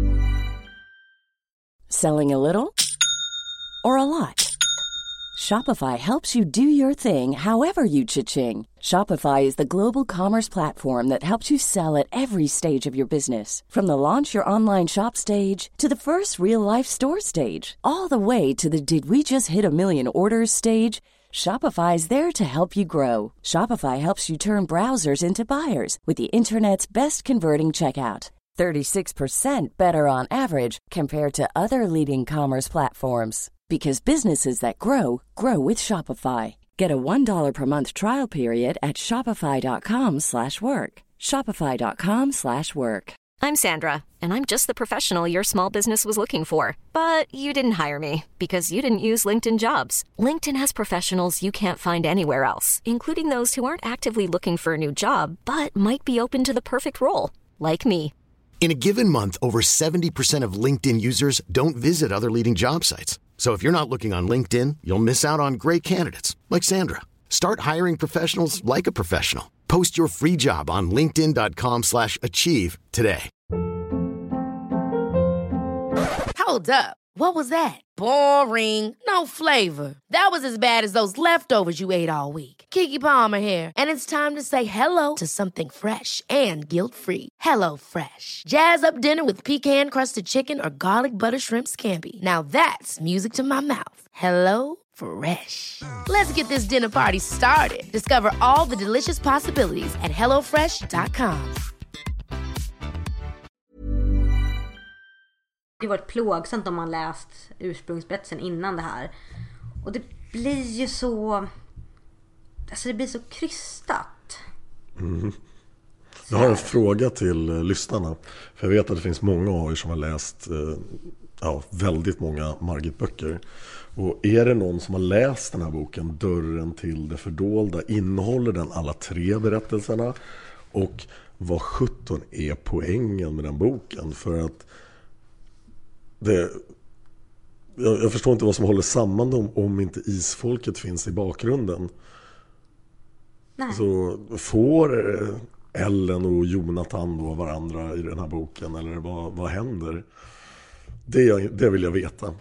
Selling a little or a lot? Shopify helps you do your thing however you cha-ching. Shopify is the global commerce platform that helps you sell at every stage of your business. From the launch your online shop stage to the first real-life store stage, all the way to the did we just hit a million orders stage. Shopify is there to help you grow. Shopify helps you turn browsers into buyers with the internet's best converting checkout. 36% better on average compared to other leading commerce platforms. Because businesses that grow, grow with Shopify. Get a $1 per month trial period at shopify.com/work. Shopify.com/work. I'm Sandra, and I'm just the professional your small business was looking for. But you didn't hire me because you didn't use LinkedIn Jobs. LinkedIn has professionals you can't find anywhere else, including those who aren't actively looking for a new job, but might be open to the perfect role, like me. In a given month, over 70% of LinkedIn users don't visit other leading job sites. So if you're not looking on LinkedIn, you'll miss out on great candidates like Sandra. Start hiring professionals like a professional. Post your free job on linkedin.com/achieve today. Hold up. What was that? Boring. No flavor. That was as bad as those leftovers you ate all week. Keke Palmer here, and it's time to say hello to something fresh and guilt-free. Hello Fresh. Jazz up dinner with pecan-crusted chicken or garlic butter shrimp scampi. Now that's music to my mouth. Hello Fresh. Let's get this dinner party started. Discover all the delicious possibilities at hellofresh.com. Det har varit plågsamt om man läst ursprungsberättelsen innan det här. Och det blir ju så... Alltså det blir så krystat. Jag har en fråga till lyssnarna. För jag vet att det finns många av er som har läst väldigt många Margit-böcker. Och är det någon som har läst den här boken, Dörren till det fördolda, innehåller den alla 3 berättelserna? Och vad 17 är poängen med den boken. För att jag förstår inte vad som håller samman dem om inte isfolket finns i bakgrunden. Nej. Så får Ellen och Jonathan då varandra i den här boken, eller vad händer? Det vill jag veta.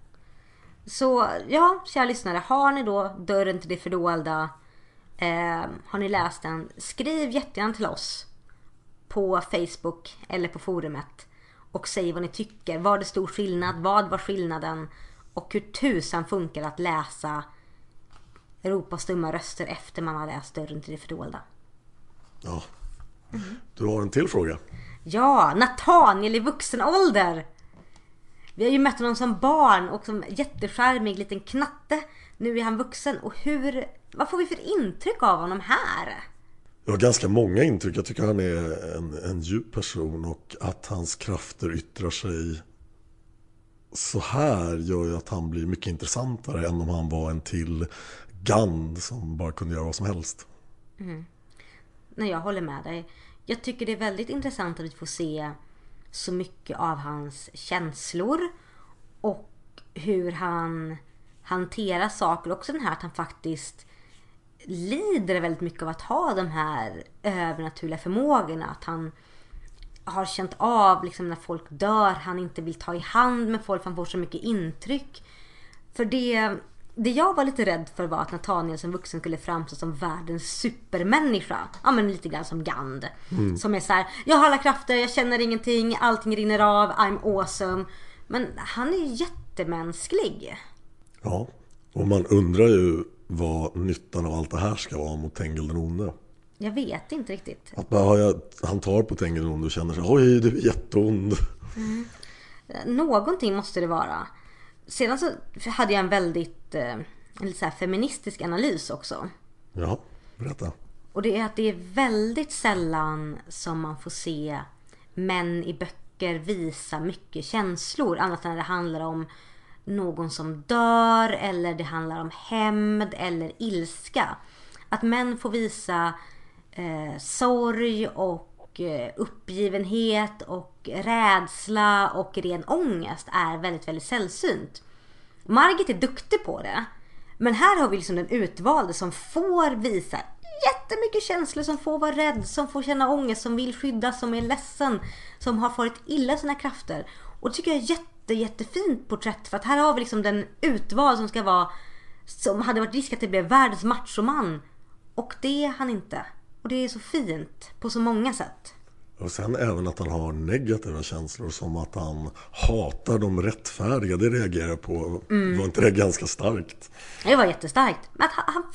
Så ja, kära lyssnare, har ni då Dörren till det fördolda, har ni läst den, skriv jättegärna till oss på Facebook eller på forumet och säg vad ni tycker. Var det stor skillnad? Vad var skillnaden? Och hur tusan funkar att läsa Europas stumma röster efter man har läst Dörren till det fördolda? Ja. Du har en till fråga. Ja, Nathaniel i vuxen ålder. Vi har ju mött honom som barn och som jätteskärmig liten knatte. Nu är han vuxen. Och vad får vi för intryck av honom här? Jag har ganska många intryck. Jag tycker han är en djup person, och att hans krafter yttrar sig så här gör ju att han blir mycket intressantare än om han var en till Gand som bara kunde göra vad som helst. Nej, jag håller med dig. Jag tycker det är väldigt intressant att vi får se så mycket av hans känslor och hur han hanterar saker. Också den här att han faktiskt lider väldigt mycket av att ha de här övernaturliga förmågorna. Att han har känt av liksom när folk dör, han inte vill ta i hand med folk, han får så mycket intryck. För det jag var lite rädd för var att Nathaniel som vuxen skulle framstå som världens supermänniska. Ja, men lite grann som Gand. Som är så här: jag har alla krafter, jag känner ingenting, allting rinner av, I'm awesome. Men han är jättemänsklig. Ja, och man undrar ju vad nyttan av allt det här ska vara mot Tengil den onde. Jag vet inte riktigt. Att han tar på Tengil den onde och känner sig, oj, du är jätteond. Någonting måste det vara. Sedan så hade jag en lite så här feministisk analys också. Ja, berätta. Och det är att det är väldigt sällan som man får se män i böcker visa mycket känslor. Annat än när det handlar om någon som dör, eller det handlar om hämnd eller ilska. Att män får visa sorg och uppgivenhet och rädsla och ren ångest är väldigt, väldigt sällsynt. Margit är duktig på det. Men här har vi liksom den utvalde som får visa jättemycket känslor, som får vara rädd, som får känna ångest, som vill skyddas, som är ledsen, som har farit illa sina krafter. Och det tycker jag är jättefint porträtt, för att här har vi liksom den utvalde som ska vara, som hade varit risk att det blev världens machoman. Och det är han inte. Och det är så fint på så många sätt. Och sen även att han har negativa känslor, som att han hatar de rättfärdiga. Det reagerar jag på. Var inte det ganska starkt? Det var jättestarkt. Men att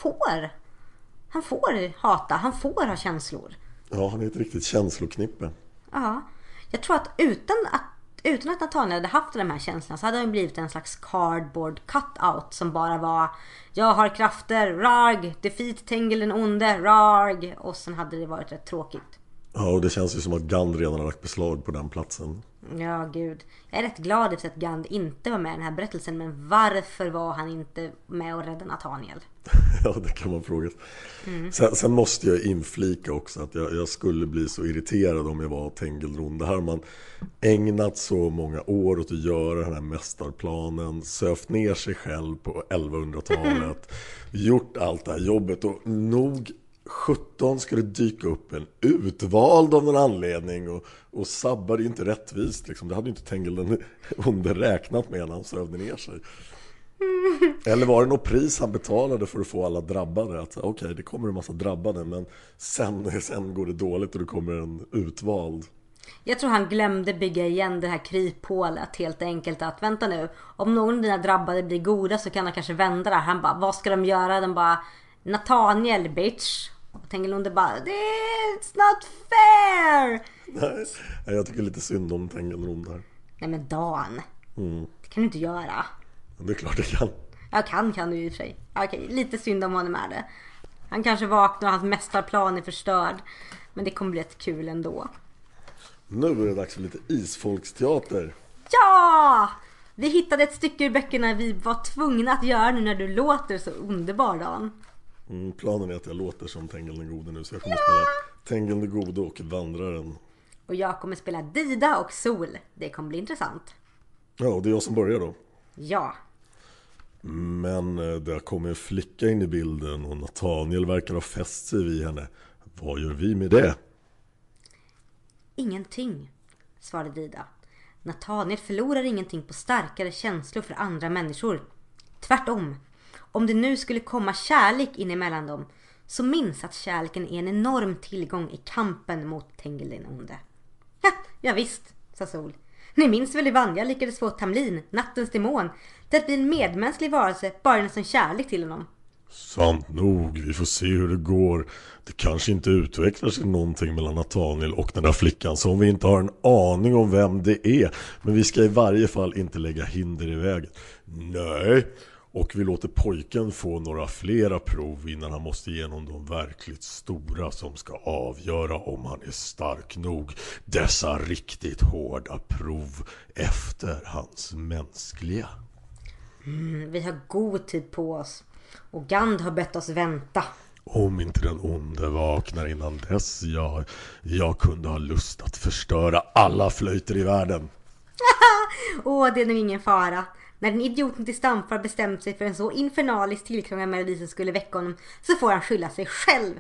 han får hata, han får ha känslor. Ja, han är ett riktigt känsloknippe. Ja, jag tror att utan att Nathaniel hade haft de här känslorna så hade han blivit en slags cardboard cutout som bara var: jag har krafter, rarg, defeat Tengil den onde, rarg. Och sen hade det varit rätt tråkigt. Ja, och det känns ju som att Gand redan har lagt beslag på den platsen. Ja, gud. Jag är rätt glad efter att Gand inte var med i den här berättelsen. Men varför var han inte med och rädda Nathaniel? Ja, det kan man fråga. Sen måste jag inflika också att jag skulle bli så irriterad om jag var Tengil den onde. Här har man ägnat så många år åt att göra den här mästarplanen, sövt ner sig själv på 1100-talet, gjort allt det här jobbet, och nog 17 skulle dyka upp en utvald av någon anledning och sabbade ju inte rättvist liksom. Det hade ju inte Tengil den onde räknat med när han sövde ner sig. Eller var det något pris han betalade för att få alla drabbade? Att okej, det kommer en massa drabbade, men sen går det dåligt och det kommer en utvald. Jag tror han glömde bygga igen det här kryphålet, helt enkelt. Att vänta nu, om någon av dina drabbade blir goda så kan han kanske vända det. Han bara, vad ska de göra? De bara, Nathaniel bitch. Och Tengil den onde bara, it's not fair. Nej, jag tycker lite synd om Tengil den onde här. Nej men Dan, det kan du inte göra. Det är klart det kan. Ja, kan du i och för sig. Okej, lite synd om honom är det. Han kanske vaknar och hans mästarplan är förstörd. Men det kommer bli ett kul ändå. Nu är det dags för lite isfolksteater. Ja! Vi hittade ett stycke ur böckerna vi var tvungna att göra nu när du låter så underbar, Dan. Planen är att jag låter som Tengil den gode nu. Så jag kommer spela Tengil den gode och Vandraren. Och jag kommer spela Dida och Sol. Det kommer bli intressant. Ja, och det är jag som börjar då. Ja. Men det kommer en flicka in i bilden och Nathaniel verkar ha fäst sig vid henne. Vad gör vi med det? Ingenting, svarade Dida. Nathaniel förlorar ingenting på starkare känslor för andra människor. Tvärtom. Om det nu skulle komma kärlek in emellan dem, så minns att kärleken är en enorm tillgång i kampen mot Tengil den onde. Ja visst, sa Sol. Ni minns väl hur Vanja lyckades få Tamlin, nattens demon, till att bli en medmänsklig varelse bara en sån kärlek till honom. Sant nog, vi får se hur det går. Det kanske inte utvecklar sig någonting mellan Nathaniel och den där flickan, så om vi inte har en aning om vem det är. Men vi ska i varje fall inte lägga hinder i vägen. Nej, och vi låter pojken få några flera prov innan han måste igenom de verkligt stora som ska avgöra om han är stark nog. Dessa riktigt hårda prov efter hans mänskliga. Vi har god tid på oss. Och Gand har bett oss vänta. Om inte den onde vaknar innan dess, jag kunde ha lust att förstöra alla flöjter i världen. Det är nog ingen fara. När den idioten till Stamfar bestämt sig för en så infernalisk tillkrånglad melodi som skulle väcka honom, så får han skylla sig själv.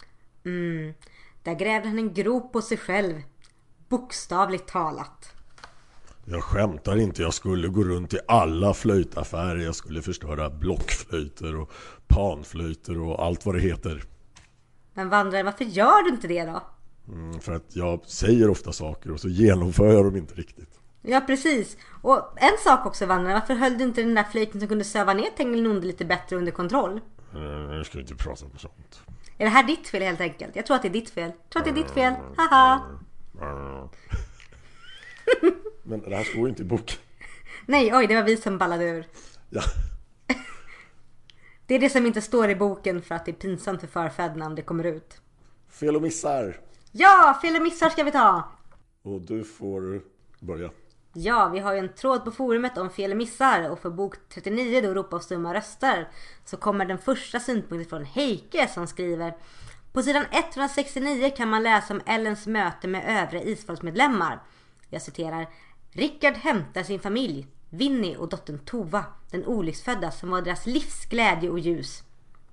Där grävde han en grop på sig själv. Bokstavligt talat. Jag skämtar inte, jag skulle gå runt i alla flöjtaffärer. Jag skulle förstöra blockflöjter och panflöjter och allt vad det heter. Men Vandrare, varför gör du inte det då? För att jag säger ofta saker och så genomför jag dem inte riktigt. Ja, precis. Och en sak också, Vandrare, varför höll du inte den där flöjten som kunde söva ner Tengil den onde lite bättre under kontroll? Jag ska inte prata om sånt. Är det här ditt fel helt enkelt? Jag tror att det är ditt fel. Haha. Men det här står ju inte i boken. Nej, oj, det var vi som ballade ur. Ja. Det är det som inte står i boken för att det är pinsamt för förfäderna om det kommer ut. Fel och missar. Ja, fel och missar ska vi ta. Och du får börja. Ja, vi har ju en tråd på forumet om fel och missar. Och för bok 39 då, Ropa och stumma röster, så kommer den första synpunkten från Heike som skriver: på sidan 169 kan man läsa om Ellens möte med övriga isfolksmedlemmar. Jag citerar: Rickard hämtar sin familj, Vinnie och dottern Tova, den olycksfödda som var deras livsglädje och ljus.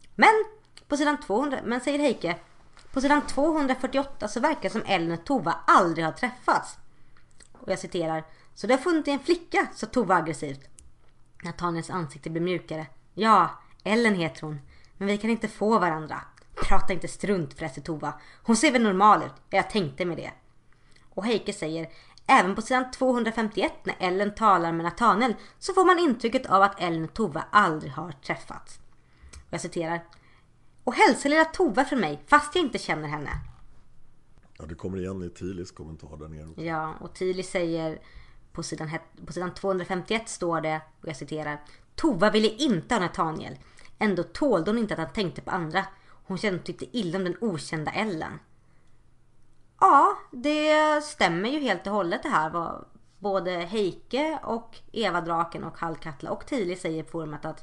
Men säger Heike, på sidan 248 så verkar det som Ellen och Tova aldrig har träffats. Och jag citerar: så du har funnit en flicka, sa Tova aggressivt. Nathaniels ansikte blir mjukare. Ja, Ellen heter hon, men vi kan inte få varandra. Prata inte strunt, förresten Tova. Hon ser väl normal ut, jag tänkte med det. Och Heike säger: även på sidan 251 när Ellen talar med Nathaniel så får man intrycket av att Ellen och Tova aldrig har träffats. Och jag citerar: och hälsa lilla Tova från mig fast jag inte känner henne. Ja, det kommer igen i Tilis kommentar där nere också. Ja, och Tili säger på sidan 251 står det, och jag citerar: Tova ville inte ha Nathaniel. Ändå tålde hon inte att han tänkte på andra. Hon tyckte illa om den okända Ellen. Ja, det stämmer ju helt och hållet det här vad både Heike och Eva-draken och Hallkatla och Tili säger på forumet, att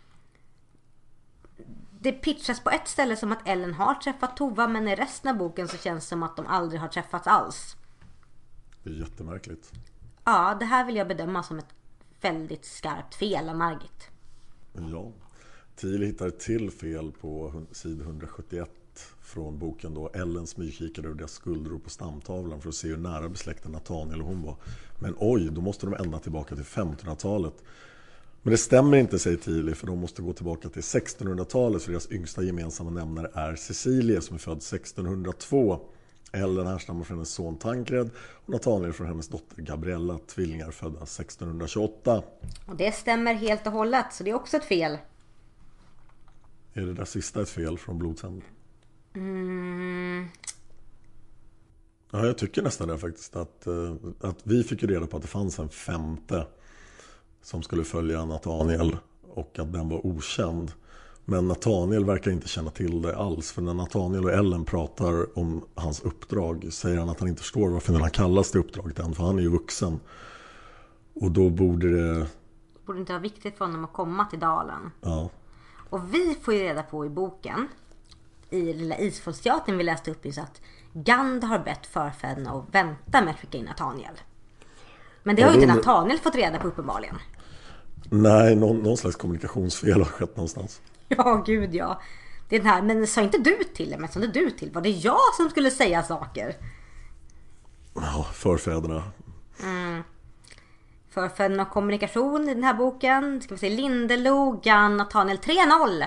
det pitchas på ett ställe som att Ellen har träffat Tova, men i resten av boken så känns det som att de aldrig har träffats alls. Det är jättemärkligt. Ja, det här vill jag bedöma som ett väldigt skarpt fel av Margit. Ja, Tili hittar till fel på sid 171 från boken då. Ellen smygkikade över deras skuldror på stamtavlan för att se hur nära besläktade Nathaniel och hon var. Men oj, då måste de ända tillbaka till 1500-talet. Men det stämmer inte, säger Tili, för de måste gå tillbaka till 1600-talet, för deras yngsta gemensamma nämnare är Cecilia som är född 1602. Ellen härstammar från hennes son Tancred och Nathaniel från hennes dotter Gabriella, tvillingar födda 1628. Och det stämmer helt och hållet, så det är också ett fel. Är det där sista ett fel från Blodshänder? Ja, jag tycker nästan det faktiskt, att vi fick ju reda på att det fanns en femte som skulle följa Nathaniel och att den var okänd. Men Nathaniel verkar inte känna till det alls, för när Nathaniel och Ellen pratar om hans uppdrag säger han att han inte förstår varför han kallas det uppdraget än, för han är ju vuxen. Och då borde det inte vara viktigt för honom att komma till dalen. Ja. Och vi får ju reda på i boken, i lilla Isfolksteatern vi läste upp, så att Gand har bett förfäderna att vänta med att skicka in Nathaniel. Men det har ju inte Nathaniel fått reda på uppenbarligen. Nej, någon slags kommunikationsfel har skett någonstans. Ja, gud ja. Det är den här, men sa inte du till det? Men sa inte du till? Var det jag som skulle säga saker? Ja, förfäderna. Förfäderna och kommunikation i den här boken. Ska vi se, Lindelo, Gand, Nathaniel 3-0.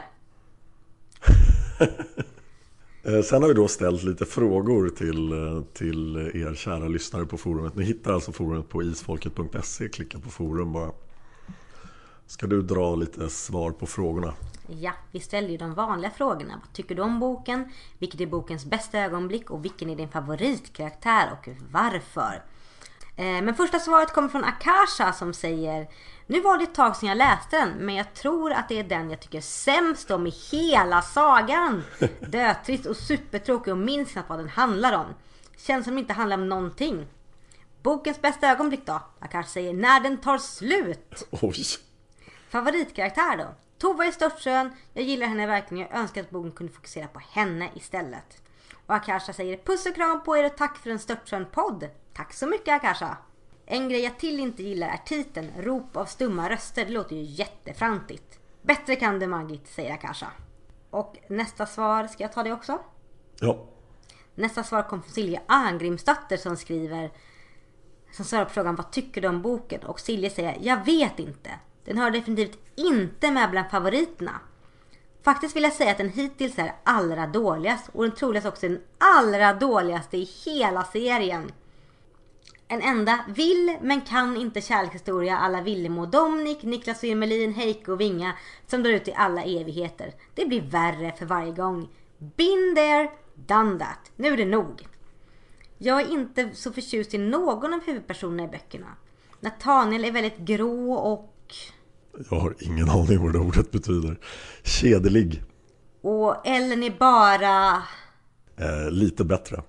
Sen har vi då ställt lite frågor till er kära lyssnare på forumet. Ni hittar alltså forumet på isfolket.se. Klicka på forum bara. Ska du dra lite svar på frågorna? Ja, vi ställer ju de vanliga frågorna. Vad tycker du om boken? Vilket är bokens bästa ögonblick? Och vilken är din favoritkaraktär och varför? Men första svaret kommer från Akasha som säger: nu var det ett tag sedan jag läste den, men jag tror att det är den jag tycker sämst om i hela sagan. Dötrist och supertråkig och minns knappt vad den handlar om. Känns som det inte handlar om någonting. Bokens bästa ögonblick då? Akasha säger: när den tar slut. Oj. Favoritkaraktär då? Tova i Störtsjön. Jag gillar henne verkligen. Jag önskar att boken kunde fokusera på henne istället. Och Akasha säger: puss och kram på er och tack för en Störtsjön-podd. Tack så mycket, Akasha. En grej jag till inte gillar är titeln Rop av stumma röster. Det låter ju jättefrantigt. Bättre kan det, Margit, säger Akasha. Och nästa svar, ska jag ta det också? Ja. Nästa svar kom från Silja Angrimsdotter som svarar på frågan: vad tycker du om boken? Och Silja säger: jag vet inte. Den hör definitivt inte med bland favoriterna. Faktiskt vill jag säga att den hittills är allra dåligast. Och den troligast också den allra dåligaste i hela serien. En enda vill men kan inte kärlekshistoria alla Willem och Dominic, Niklas Wirmelin, Heike och Vinga som drar ut i alla evigheter. Det blir värre för varje gång. Been there, done that. Nu är det nog. Jag är inte så förtjust i någon av huvudpersonerna i böckerna. Nathaniel är väldigt grå och... Jag har ingen aning vad det ordet betyder. Kedelig. Och Ellen är bara... Lite bättre.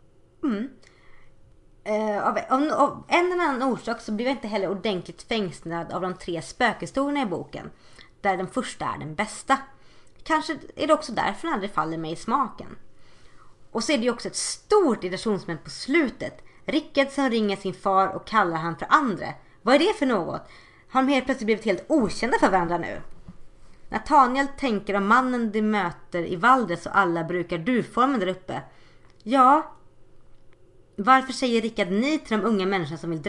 Av en eller annan orsak så blir jag inte heller ordentligt fängslad av de 3 spökhistorierna i boken. Där den första är den bästa. Kanske är det också därför den aldrig faller mig i smaken. Och så är det ju också ett stort irritationsmoment på slutet. Rickard som ringer sin far och kallar han för Andre. Vad är det för något? Har de helt plötsligt blivit helt okända för varandra nu? Nathaniel tänker om mannen de möter i Valdres och alla brukar du-formen där uppe. Ja, varför säger Rickard ni till de unga människorna som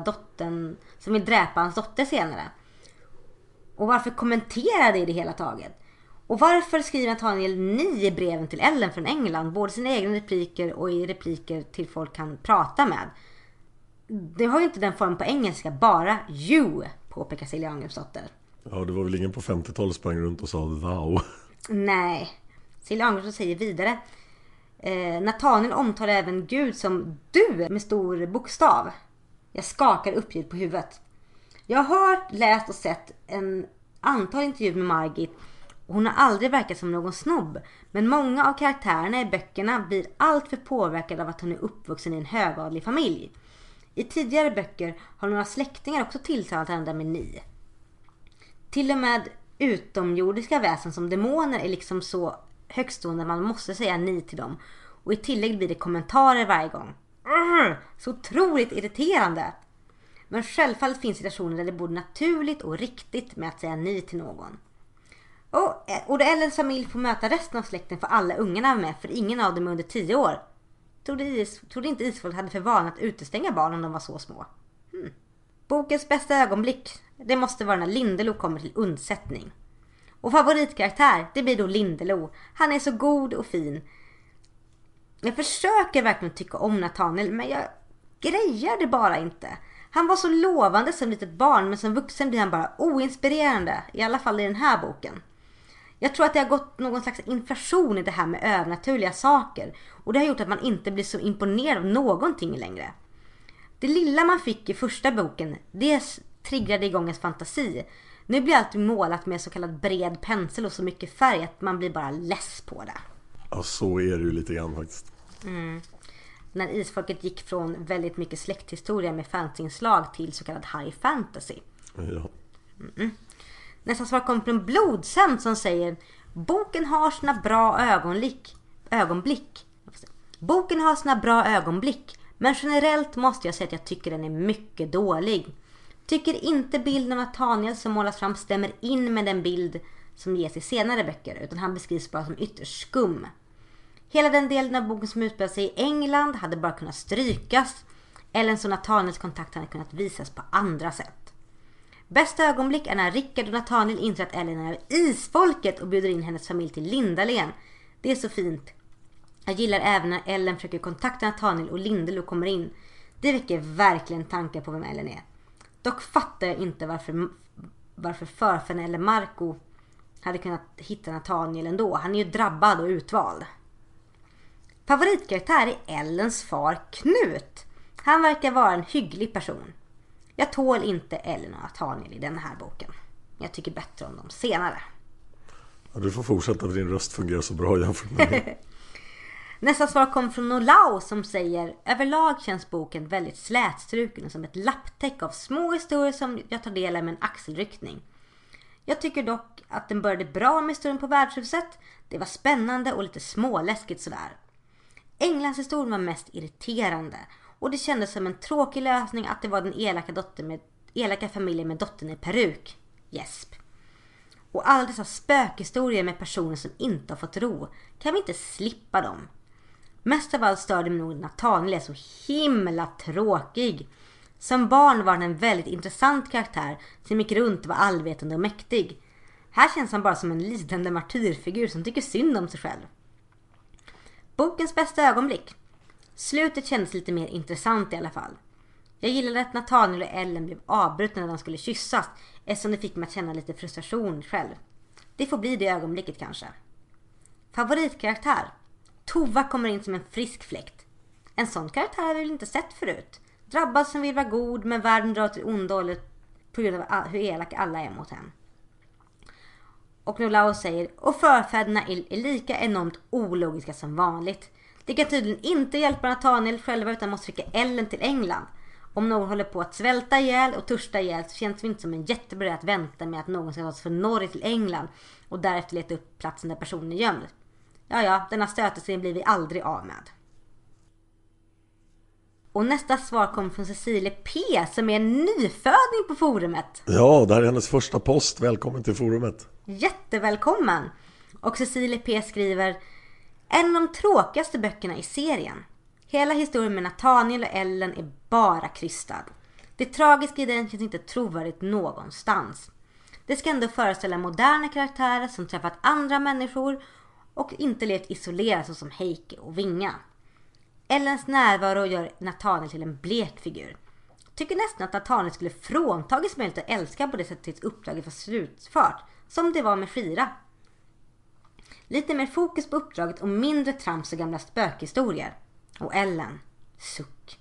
vill dräpa hans dotter senare? Och varför kommenterar det i det hela taget? Och varför skriver Nathaniel ni i breven till Ellen från England? Både sina egna repliker och i repliker till folk han pratar med. Det har ju inte den formen på engelska, bara you, påpekar Silja Angrimsdotter. Ja, det var väl ingen på 50-talet sprang runt och sa wow. Nej, Silja Angrimsdotter säger vidare. Nathaniel omtalar även Gud som du med stor bokstav. Jag skakar uppgivet på huvudet. Jag har hört, läst och sett en antal intervjuer med Margit. Och hon har aldrig verkat som någon snobb. Men många av karaktärerna i böckerna blir allt för påverkade av att hon är uppvuxen i en högadlig familj. I tidigare böcker har några släktingar också tilltalat henne med ni. Till och med utomjordiska väsen som demoner är liksom så högstående man måste säga ni till dem. Och i tillägg blir det kommentarer varje gång. Så otroligt irriterande. Men självfallet finns situationer där det borde naturligt och riktigt med att säga ni till någon. Och då Ellens familj får möta resten av släkten för alla ungarna med, för ingen av dem är under 10 år. Trodde inte Isfolk hade för vana att utestänga barn om de var så små. Bokens bästa ögonblick, det måste vara när Lindelo kommer till undsättning. Och favoritkaraktär, det blir då Lindelo. Han är så god och fin. Jag försöker verkligen tycka om Nathaniel, men jag grejer det bara inte. Han var så lovande som litet barn, men som vuxen blir han bara oinspirerande. I alla fall i den här boken. Jag tror att det har gått någon slags inflation i det här med övernaturliga saker. Och det har gjort att man inte blir så imponerad av någonting längre. Det lilla man fick i första boken, det triggrade igång ens fantasi. Nu blir allt målat med så kallad bred pensel och så mycket färg att man blir bara less på det. Ja, så är det ju lite grann faktiskt. När Isfolket gick från väldigt mycket släkthistoria med fantasyinslag till så kallad high fantasy. Ja. Nästa svar kommer från Blodsänd som säger: boken har sina bra ögonblick. Boken har sina bra ögonblick, men generellt måste jag säga att jag tycker den är mycket dålig. Tycker inte bilden av Nathaniel som målas fram stämmer in med den bild som ges i senare böcker, utan han beskrivs bara som ytterst skum. Hela den delen av boken som utspelar sig i England hade bara kunnat strykas. Ellens och Nathaniels kontakt hade kunnat visas på andra sätt. Bästa ögonblick är när Rickard och Nathaniel inser att Ellen är isfolket och bjuder in hennes familj till Lindalen. Det är så fint. Jag gillar även när Ellen försöker kontakta Nathaniel och Lindelo kommer in. Det väcker verkligen tankar på vem Ellen är. Dock fattar jag inte varför förfäden eller Marco hade kunnat hitta Nathaniel ändå. Han är ju drabbad och utvald. Favoritkaraktär är Ellens far Knut. Han verkar vara en hygglig person. Jag tål inte Ellen och Nathaniel i den här boken. Jag tycker bättre om dem senare. Ja, du får fortsätta för din röst fungerar så bra jämfört med mig. Nästa svar kommer från Nolau som säger: överlag känns boken väldigt slätstruken och som ett lapptäck av små historier som jag tar del av med en axelryckning. Jag tycker dock att den började bra med historien på värdshuset. Det var spännande och lite småläskigt sådär. Englands historien var mest irriterande och det kändes som en tråkig lösning att det var den elaka familjen med dottern i peruk. Jesp. Och alla dessa spökhistorier med personer som inte har fått ro. Kan vi inte slippa dem? Mest av allt störde mig nog Nathaniel är så himla tråkig. Som barn var han en väldigt intressant karaktär som gick runt och var allvetande och mäktig. Här känns han bara som en lidande martyrfigur som tycker synd om sig själv. Bokens bästa ögonblick. Slutet kändes lite mer intressant i alla fall. Jag gillade att Nathaniel och Ellen blev avbrutna när de skulle kyssas, eftersom det fick mig att känna lite frustration själv. Det får bli det ögonblicket kanske. Favoritkaraktär. Tova kommer in som en frisk fläkt. En sån karaktär har jag väl inte sett förut. Drabbad som vill vara god, men världen drar till ondålet på grund av hur elaka alla är mot henne. Och Nolau säger: och förfäderna är lika enormt ologiska som vanligt. Det kan tydligen inte hjälpa Nathaniel själva utan måste skicka Ellen till England. Om någon håller på att svälta ihjäl och törsta ihjäl så känns vi inte som en jättebra att vänta med att någon ska ta sig från Norge till England och därefter leta upp platsen där personen är gömd. Ja, denna stötelse blir vi aldrig av med. Och nästa svar kommer från Cecilie P som är en nyföding på forumet. Ja, det här är hennes första post. Välkommen till forumet. Jättevälkommen. Och Cecilie P skriver: en av de tråkigaste böckerna i serien. Hela historien med Nathaniel och Ellen är bara krystad. Det tragiska i den känns inte trovärdigt någonstans. Det ska ändå föreställa moderna karaktärer som träffat andra människor och inte levt isolerat som Heike och Vinga. Ellens närvaro gör Nathaniel till en blek figur. Tycker nästan att Nathaniel skulle fråntagits möjlighet att älska på det sättet tills uppdraget var slutfört, som det var med Shira. Lite mer fokus på uppdraget och mindre trams och gamla spökhistorier. Och Ellen, suck.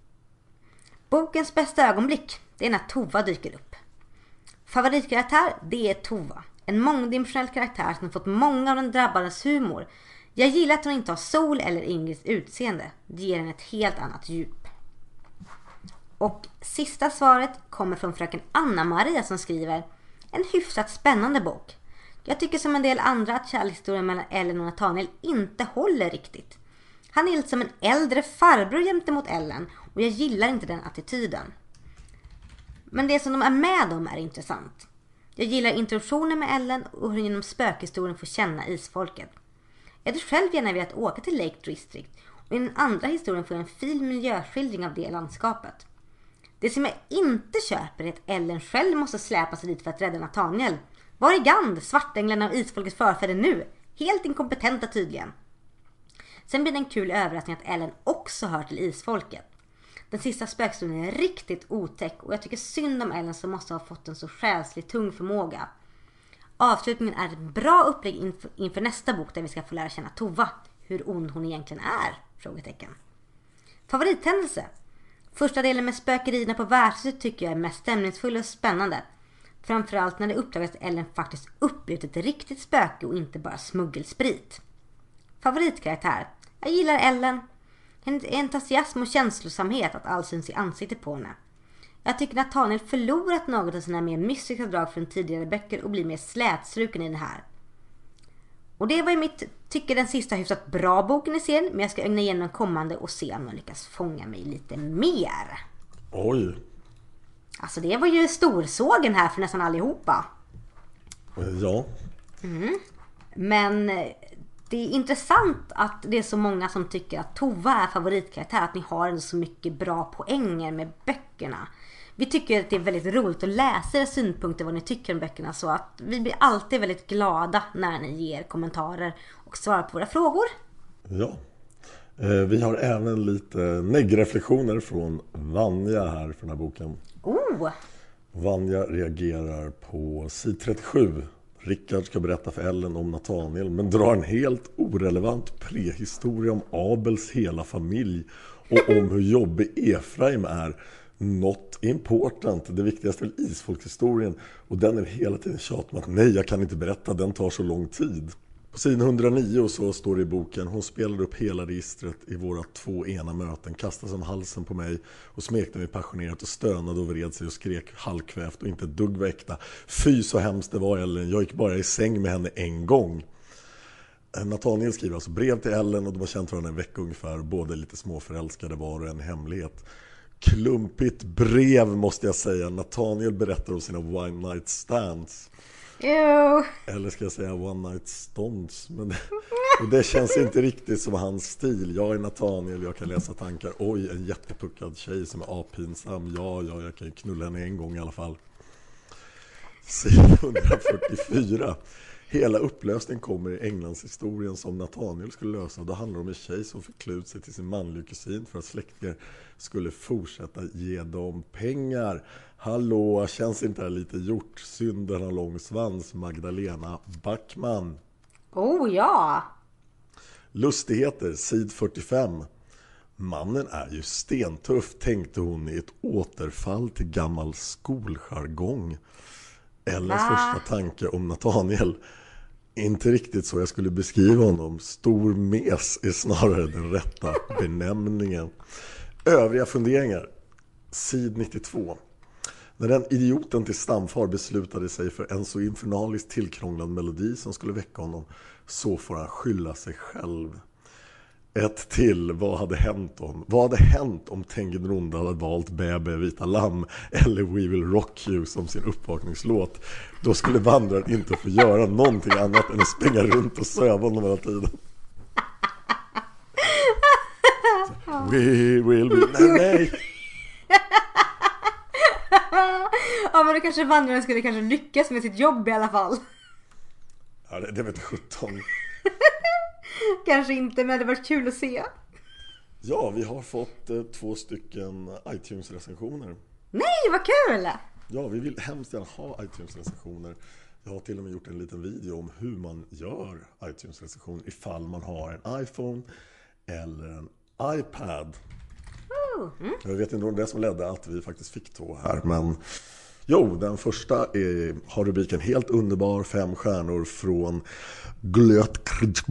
Bokens bästa ögonblick, det är när Tova dyker upp. Favoritkaraktär, det är Tova. En mångdimensionell karaktär som har fått många av den drabbades humor. Jag gillar att hon inte har Sol eller Ingrids utseende. Det ger henne ett helt annat djup. Och sista svaret kommer från fröken Anna-Maria som skriver: en hyfsat spännande bok. Jag tycker som en del andra att kärlekshistorien mellan Ellen och Nathaniel inte håller riktigt. Han är lite som en äldre farbror gentemot Ellen och jag gillar inte den attityden. Men det som de är med om är intressant. Jag gillar introduktionen med Ellen och hur genom spökhistorien får känna isfolket. Jag hade själv gärna velat åka till Lake District och i den andra historien får jag en fin miljöskildring av det landskapet. Det som jag inte köper är att Ellen själv måste släpa sig dit för att rädda Nathaniel. Var är Gand, svartänglarna och isfolkets förfäder nu? Helt inkompetenta tydligen. Sen blir det en kul överraskning att Ellen också hör till isfolket. Den sista spökstunden är riktigt otäck och jag tycker synd om Ellen som måste ha fått en så själsligt tung förmåga. Avslutningen är ett bra upplägg inför nästa bok där vi ska få lära känna Tova. Hur ond hon egentligen är? Frågetecken. Favorithändelse? Första delen med spökerierna på värdshuset tycker jag är mest stämningsfull och spännande. Framförallt när det uppdagas att Ellen faktiskt upplevt ett riktigt spöke och inte bara smuggelsprit. Favoritkaraktär? Jag gillar Ellen. Hennes entusiasm och känslosamhet att all syns i ansiktet på henne. Jag tycker Nathaniel förlorat något av sina mer mystiska drag från tidigare böcker och blir mer slätstruken i det här. Och det var ju mitt tycker den sista hyfsat bra boken i serien, men jag ska ögna igenom den kommande och se om jag lyckas fånga mig lite mer. Oj. Alltså det var ju storsågen här för nästan allihopa. Ja. Men det är intressant att det är så många som tycker att Tova är favoritkaraktär. Att ni har ändå så mycket bra poänger med böckerna. Vi tycker att det är väldigt roligt att läsa era synpunkter vad ni tycker om böckerna. Så att vi blir alltid väldigt glada när ni ger kommentarer och svarar på våra frågor. Ja. Vi har även lite neggreflektioner från Vanja här för den här boken. Vanja reagerar på sid 37. Rickard ska berätta för Ellen om Nathaniel, men drar en helt orelevant prehistoria om Abels hela familj och om hur jobbig Efraim är. Not important. Det viktigaste är isfolkshistorien, och den är hela tiden tjat om att nej, jag kan inte berätta, den tar så lång tid. På sidan 109 så står det i boken: hon spelade upp hela registret i våra 2 ena möten, kastade som halsen på mig och smekte mig passionerat och stönade och vred sig och skrek halvkvävt och inte ett dugg var äkta. Fy så hemskt det var, Ellen. Jag gick bara i säng med henne en gång. Nathaniel skriver alltså brev till Ellen och de har känt varandra en vecka ungefär. Båda lite småförälskade, var och en hemlighet. Klumpigt brev måste jag säga. Nathaniel berättar om sina one night stands. Eller ska jag säga one night stånds, men det känns inte riktigt som hans stil. Jag är Nathaniel, jag kan läsa tankar. Oj, en jättepuckad tjej som är apinsam. Ja, jag kan knulla henne en gång i alla fall. Sidan 144. Hela upplösningen kommer i Englands historien som Nathaniel skulle lösa. Då handlar det om en tjej som fick klä ut sig till sin manliga kusin för att släktingar skulle fortsätta ge dem pengar. Hallå, känns inte det lite gjort? Synden har lång svans. Magdalena Backman. Oh ja! Lustigheter, sid 45. Mannen är ju stentuff, tänkte hon i ett återfall till gammal skoljargong. Ellens första tanke om Nathaniel: inte riktigt så jag skulle beskriva honom. Stor mes är snarare den rätta benämningen. Övriga funderingar. Sid 92. När den idioten till stamfar beslutade sig för en så infernaliskt tillkrånglad melodi som skulle väcka honom, så får han skylla sig själv. Ett till, vad hade hänt om Tengen Ronda hade valt Bebe Vita Lamm eller We Will Rock You som sin uppvakningslåt? Då skulle vandraren inte få göra någonting annat än att springa runt och söva honom hela tiden. We will be... Nej. Ja, men då kanske vandraren skulle kanske lyckas med sitt jobb i alla fall. Ja, det vet jag 17. Kanske inte, men det var kul att se. Ja, vi har fått 2 stycken iTunes-recensioner. Nej, vad kul! Ja, vi vill hemskt gärna ha iTunes-recensioner. Jag har till och med gjort en liten video om hur man gör iTunes-recensioner ifall man har en iPhone eller en iPad. Jag vet inte om det som ledde att vi faktiskt fick 2 här, men jo, den första har rubriken helt underbar, 5 stjärnor från Glöt.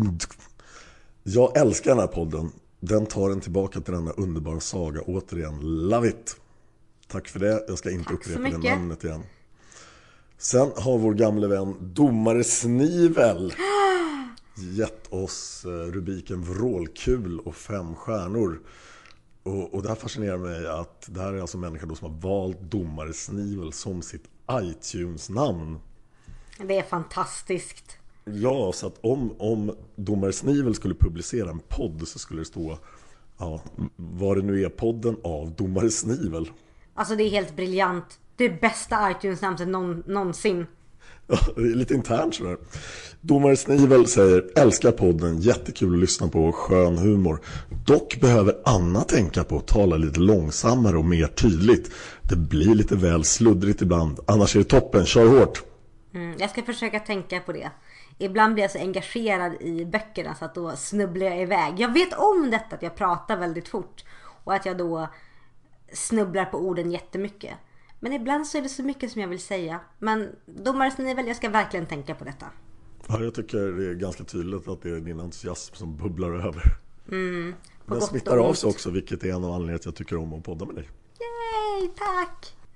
Jag älskar den här podden. Den tar en tillbaka till denna underbara saga återigen. Love it. Tack för det. Jag ska inte upprepa det namnet igen. Sen har vår gamla vän Domare Snivel gett oss rubriken vrålkul och 5 stjärnor. Och det här fascinerar mig att det här är alltså människor då som har valt Domare Snivel som sitt iTunes-namn. Det är fantastiskt. Ja, så att om Domare Snivel skulle publicera en podd så skulle det stå, ja, vad det nu är, podden av Domare Snivel. Alltså det är helt briljant. Det bästa iTunes-namnet någonsin. Ja, det är lite internt sådär. Domare Snivel säger: älskar podden, jättekul att lyssna på, skön humor. Dock behöver Anna tänka på att tala lite långsammare och mer tydligt. Det blir lite väl sluddrigt ibland. Annars är det toppen, kör hårt. Jag ska försöka tänka på det. Ibland blir jag så engagerad i böckerna så att då snubblar jag iväg. Jag vet om detta, att jag pratar väldigt fort och att jag då snubblar på orden jättemycket. Men ibland så är det så mycket som jag vill säga. Men Domare Snivel, jag ska verkligen tänka på detta. Ja, jag tycker det är ganska tydligt att det är din entusiasm som bubblar över. Den smittar av sig också, vilket är en av anledningarna att jag tycker om att podda med dig. Yay, tack!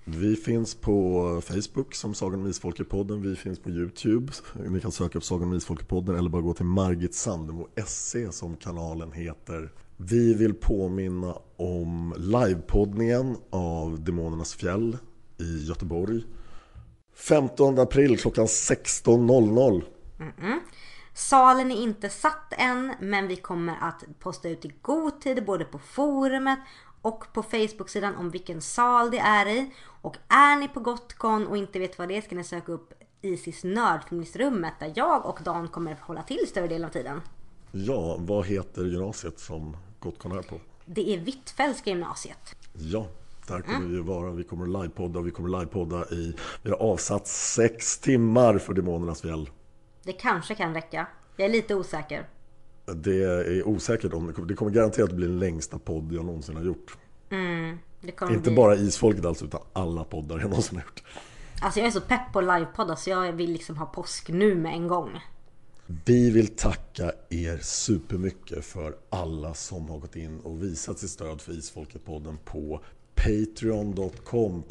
Vi finns på Facebook som Sagan om Isfolket-podden. Vi finns på YouTube. Ni kan söka upp Sagan om Isfolket-podden eller bara gå till margitsandemo.se som kanalen heter. Vi vill påminna om livepoddningen av Demonernas fjäll i Göteborg. 15 april klockan 16.00. Salen är inte satt än, men vi kommer att posta ut i god tid både på forumet och på Facebook-sidan om vilken sal det är i. Och är ni på Gotcon och inte vet vad det är, ska ni söka upp Isis nördfeministrummet där jag och Dan kommer att hålla till större delen av tiden. Ja, vad heter gymnasiet som Gotcon är på? Det är Hvitfeldtska gymnasiet. Ja, där kommer vi vara. Vi kommer livepodda vi har avsatt 6 timmar för Demonernas fjäll. Det kanske kan räcka. Jag är lite osäker. Det är osäkert om det kommer garanterat bli den längsta podd jag någonsin har gjort. Inte bara Isfolket alltså, utan alla poddar jag någonsin har gjort. Alltså jag är så pepp på livepoddar så jag vill liksom ha påsk nu med en gång. Vi vill tacka er supermycket för alla som har gått in och visat sitt stöd för Isfolket-podden på patreon.com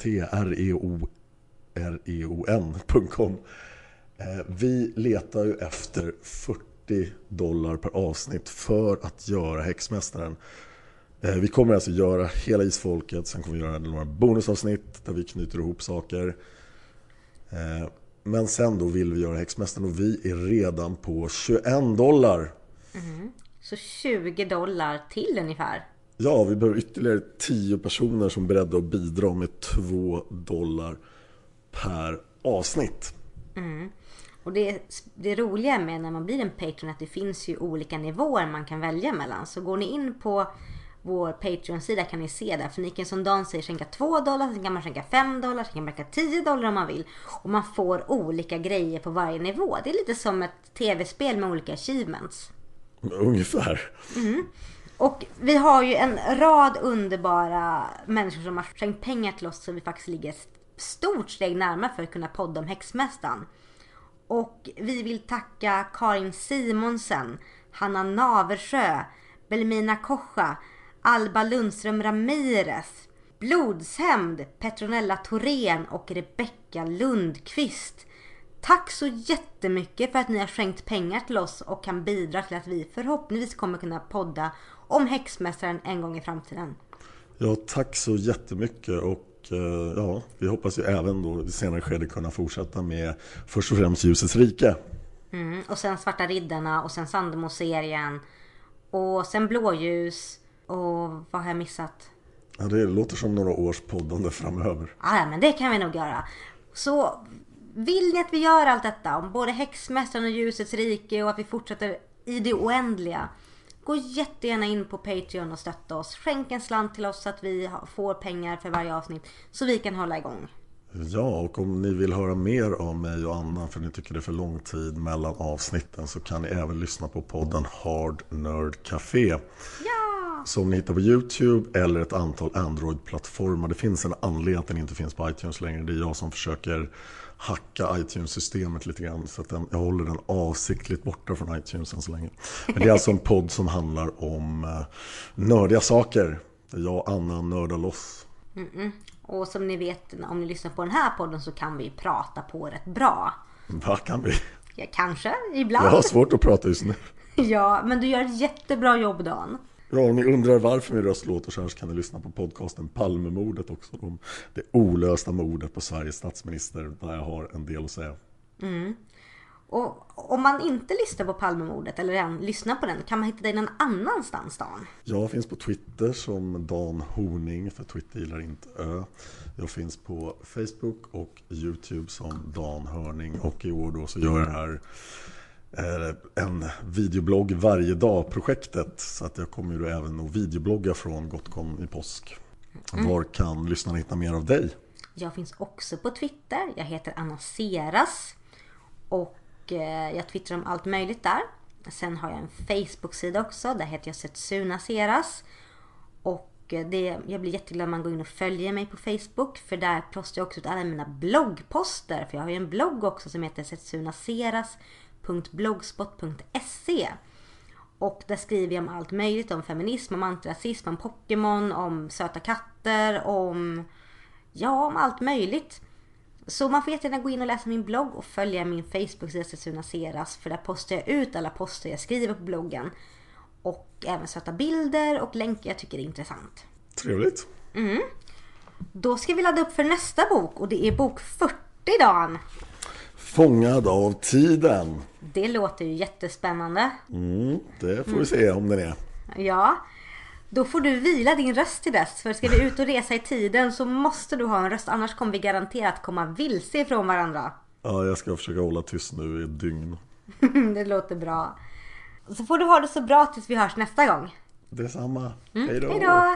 patreon.com. Vi letar ju efter $40 per avsnitt för att göra Häxmästaren. Vi kommer alltså göra hela Isfolket. Sen kommer vi göra några bonusavsnitt där vi knyter ihop saker. Men sen då vill vi göra Häxmästaren och vi är redan på $21. Så $20 till ungefär. Ja, vi behöver ytterligare 10 personer som är beredda att bidra med $2 per avsnitt. Och det roliga med när man blir en Patreon att det finns ju olika nivåer man kan välja mellan. Så går ni in på vår Patreon-sida kan ni se där. För ni kan som Dan säger skänka $2, sen kan man skänka $5, sen kan man skänka $10 om man vill. Och man får olika grejer på varje nivå. Det är lite som ett tv-spel med olika achievements. Ungefär. Och vi har ju en rad underbara människor som har skänkt pengar till oss så vi faktiskt ligger ett stort steg närmare för att kunna podda om Häxmästaren. Och vi vill tacka Karin Simonsen, Hanna Naversjö, Belmina Kocha, Alba Lundström Ramirez, Blodshämnd, Petronella Thorén och Rebecca Lundqvist. Tack så jättemycket för att ni har skänkt pengar till oss och kan bidra till att vi förhoppningsvis kommer kunna podda om Häxmästaren en gång i framtiden. Ja, tack så jättemycket och ja, vi hoppas ju även då i senare skede kunna fortsätta med först och främst Ljusets rike. Och sen Svarta riddarna och sen Sandemo-serien och sen Blåljus och vad har jag missat? Ja, det låter som några års poddande framöver. Ja, men det kan vi nog göra. Så vill ni att vi gör allt detta om både Häxmästaren och Ljusets rike och att vi fortsätter i det oändliga, gå jättegärna in på Patreon och stötta oss. Skänk en slant till oss så att vi får pengar för varje avsnitt så vi kan hålla igång. Ja, och om ni vill höra mer av mig och Anna för ni tycker det är för lång tid mellan avsnitten så kan ni även lyssna på podden Hard Nerd Café. Ja! Som ni hittar på YouTube eller ett antal Android-plattformar. Det finns en anledning att den inte finns på iTunes längre. Det är jag som försöker hacka iTunes-systemet lite grann så att jag håller den avsiktligt borta från iTunes än så länge. Men det är alltså en podd som handlar om nördiga saker. Där jag och Anna nördar loss. Och som ni vet, om ni lyssnar på den här podden så kan vi prata på rätt bra. Vad kan vi? Ja, kanske, ibland. Jag har svårt att prata just nu. Ja, men du gör ett jättebra jobb, Dan. Ja, om ni undrar varför min röst låter så här så kan ni lyssna på podcasten Palmemordet också. Om det olösta mordet på Sveriges statsminister där jag har en del att säga. Och om man inte lyssnar på Palmemordet eller än lyssnar på den, kan man hitta dig någon annanstans, Dan? Jag finns på Twitter som Dan Horning, för Twitter gillar inte Ö. Jag finns på Facebook och YouTube som Dan Hörning. Och i år då så gör jag det här en videoblogg varje dag-projektet. Så att jag kommer ju då även att videoblogga från Gotcon i påsk. Var kan lyssnarna hitta mer av dig? Jag finns också på Twitter. Jag heter Anna Seras. Och jag twittrar om allt möjligt där. Sen har jag en Facebook-sida också. Där heter jag Setsuna Seras. Och jag blir jätteglad om man går in och följer mig på Facebook. För där postar jag också ut alla mina bloggposter. För jag har ju en blogg också som heter setsunaseras.blogspot.se. Och där skriver jag om allt möjligt. Om feminism, om antirasism, om Pokémon, om söta katter, om Ja, om allt möjligt. Så man får jättegärna gå in och läsa min blogg och följa min Facebook-sida Eskilstuna Seras, för där postar jag ut alla poster jag skriver på bloggen. Och även söta bilder och länkar jag tycker är intressant. Trevligt. Då ska vi ladda upp för nästa bok, och det är bok 40, Dan. Fångad av tiden. Det låter ju jättespännande. Det får vi se om den är. Ja, då får du vila din röst till dess. För ska vi ut och resa i tiden så måste du ha en röst. Annars kommer vi garanterat komma vilse ifrån varandra. Ja, jag ska försöka hålla tyst nu i ett dygn. Det låter bra. Så får du ha det så bra tills vi hörs nästa gång. Detsamma. Hej då. Hej då!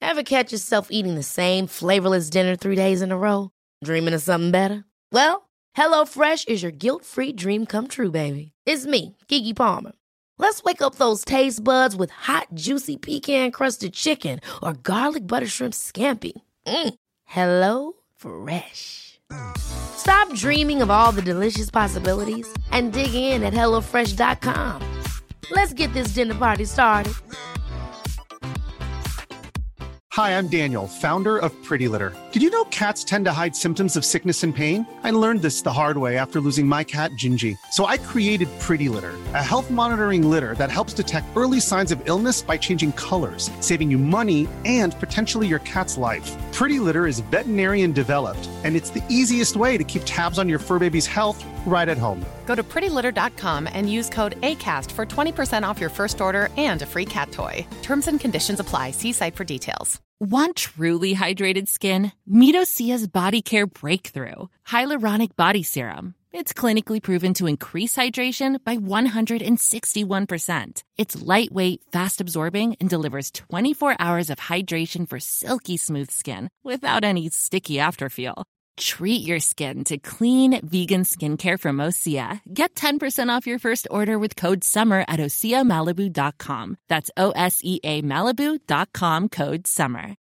Ever catch yourself eating the same flavorless dinner 3 days in a row? Dreaming of something better? Well, HelloFresh is your guilt-free dream come true, baby. It's me, Keke Palmer. Let's wake up those taste buds with hot, juicy pecan-crusted chicken or garlic butter shrimp scampi. Hello Fresh. Stop dreaming of all the delicious possibilities and dig in at HelloFresh.com. Let's get this dinner party started. Hi, I'm Daniel, founder of Pretty Litter. Did you know cats tend to hide symptoms of sickness and pain? I learned this the hard way after losing my cat, Gingy. So I created Pretty Litter, a health monitoring litter that helps detect early signs of illness by changing colors, saving you money and potentially your cat's life. Pretty Litter is veterinarian developed, and it's the easiest way to keep tabs on your fur baby's health right at home. Go to prettylitter.com and use code ACAST for 20% off your first order and a free cat toy. Terms and conditions apply. See site for details. Want truly hydrated skin? Meet Osea's Body Care Breakthrough Hyaluronic Body Serum. It's clinically proven to increase hydration by 161%. It's lightweight, fast-absorbing, and delivers 24 hours of hydration for silky smooth skin without any sticky afterfeel. Treat your skin to clean, vegan skincare from Osea. Get 10% off your first order with code SUMMER at OseaMalibu.com. That's OSEA Malibu.com, code SUMMER.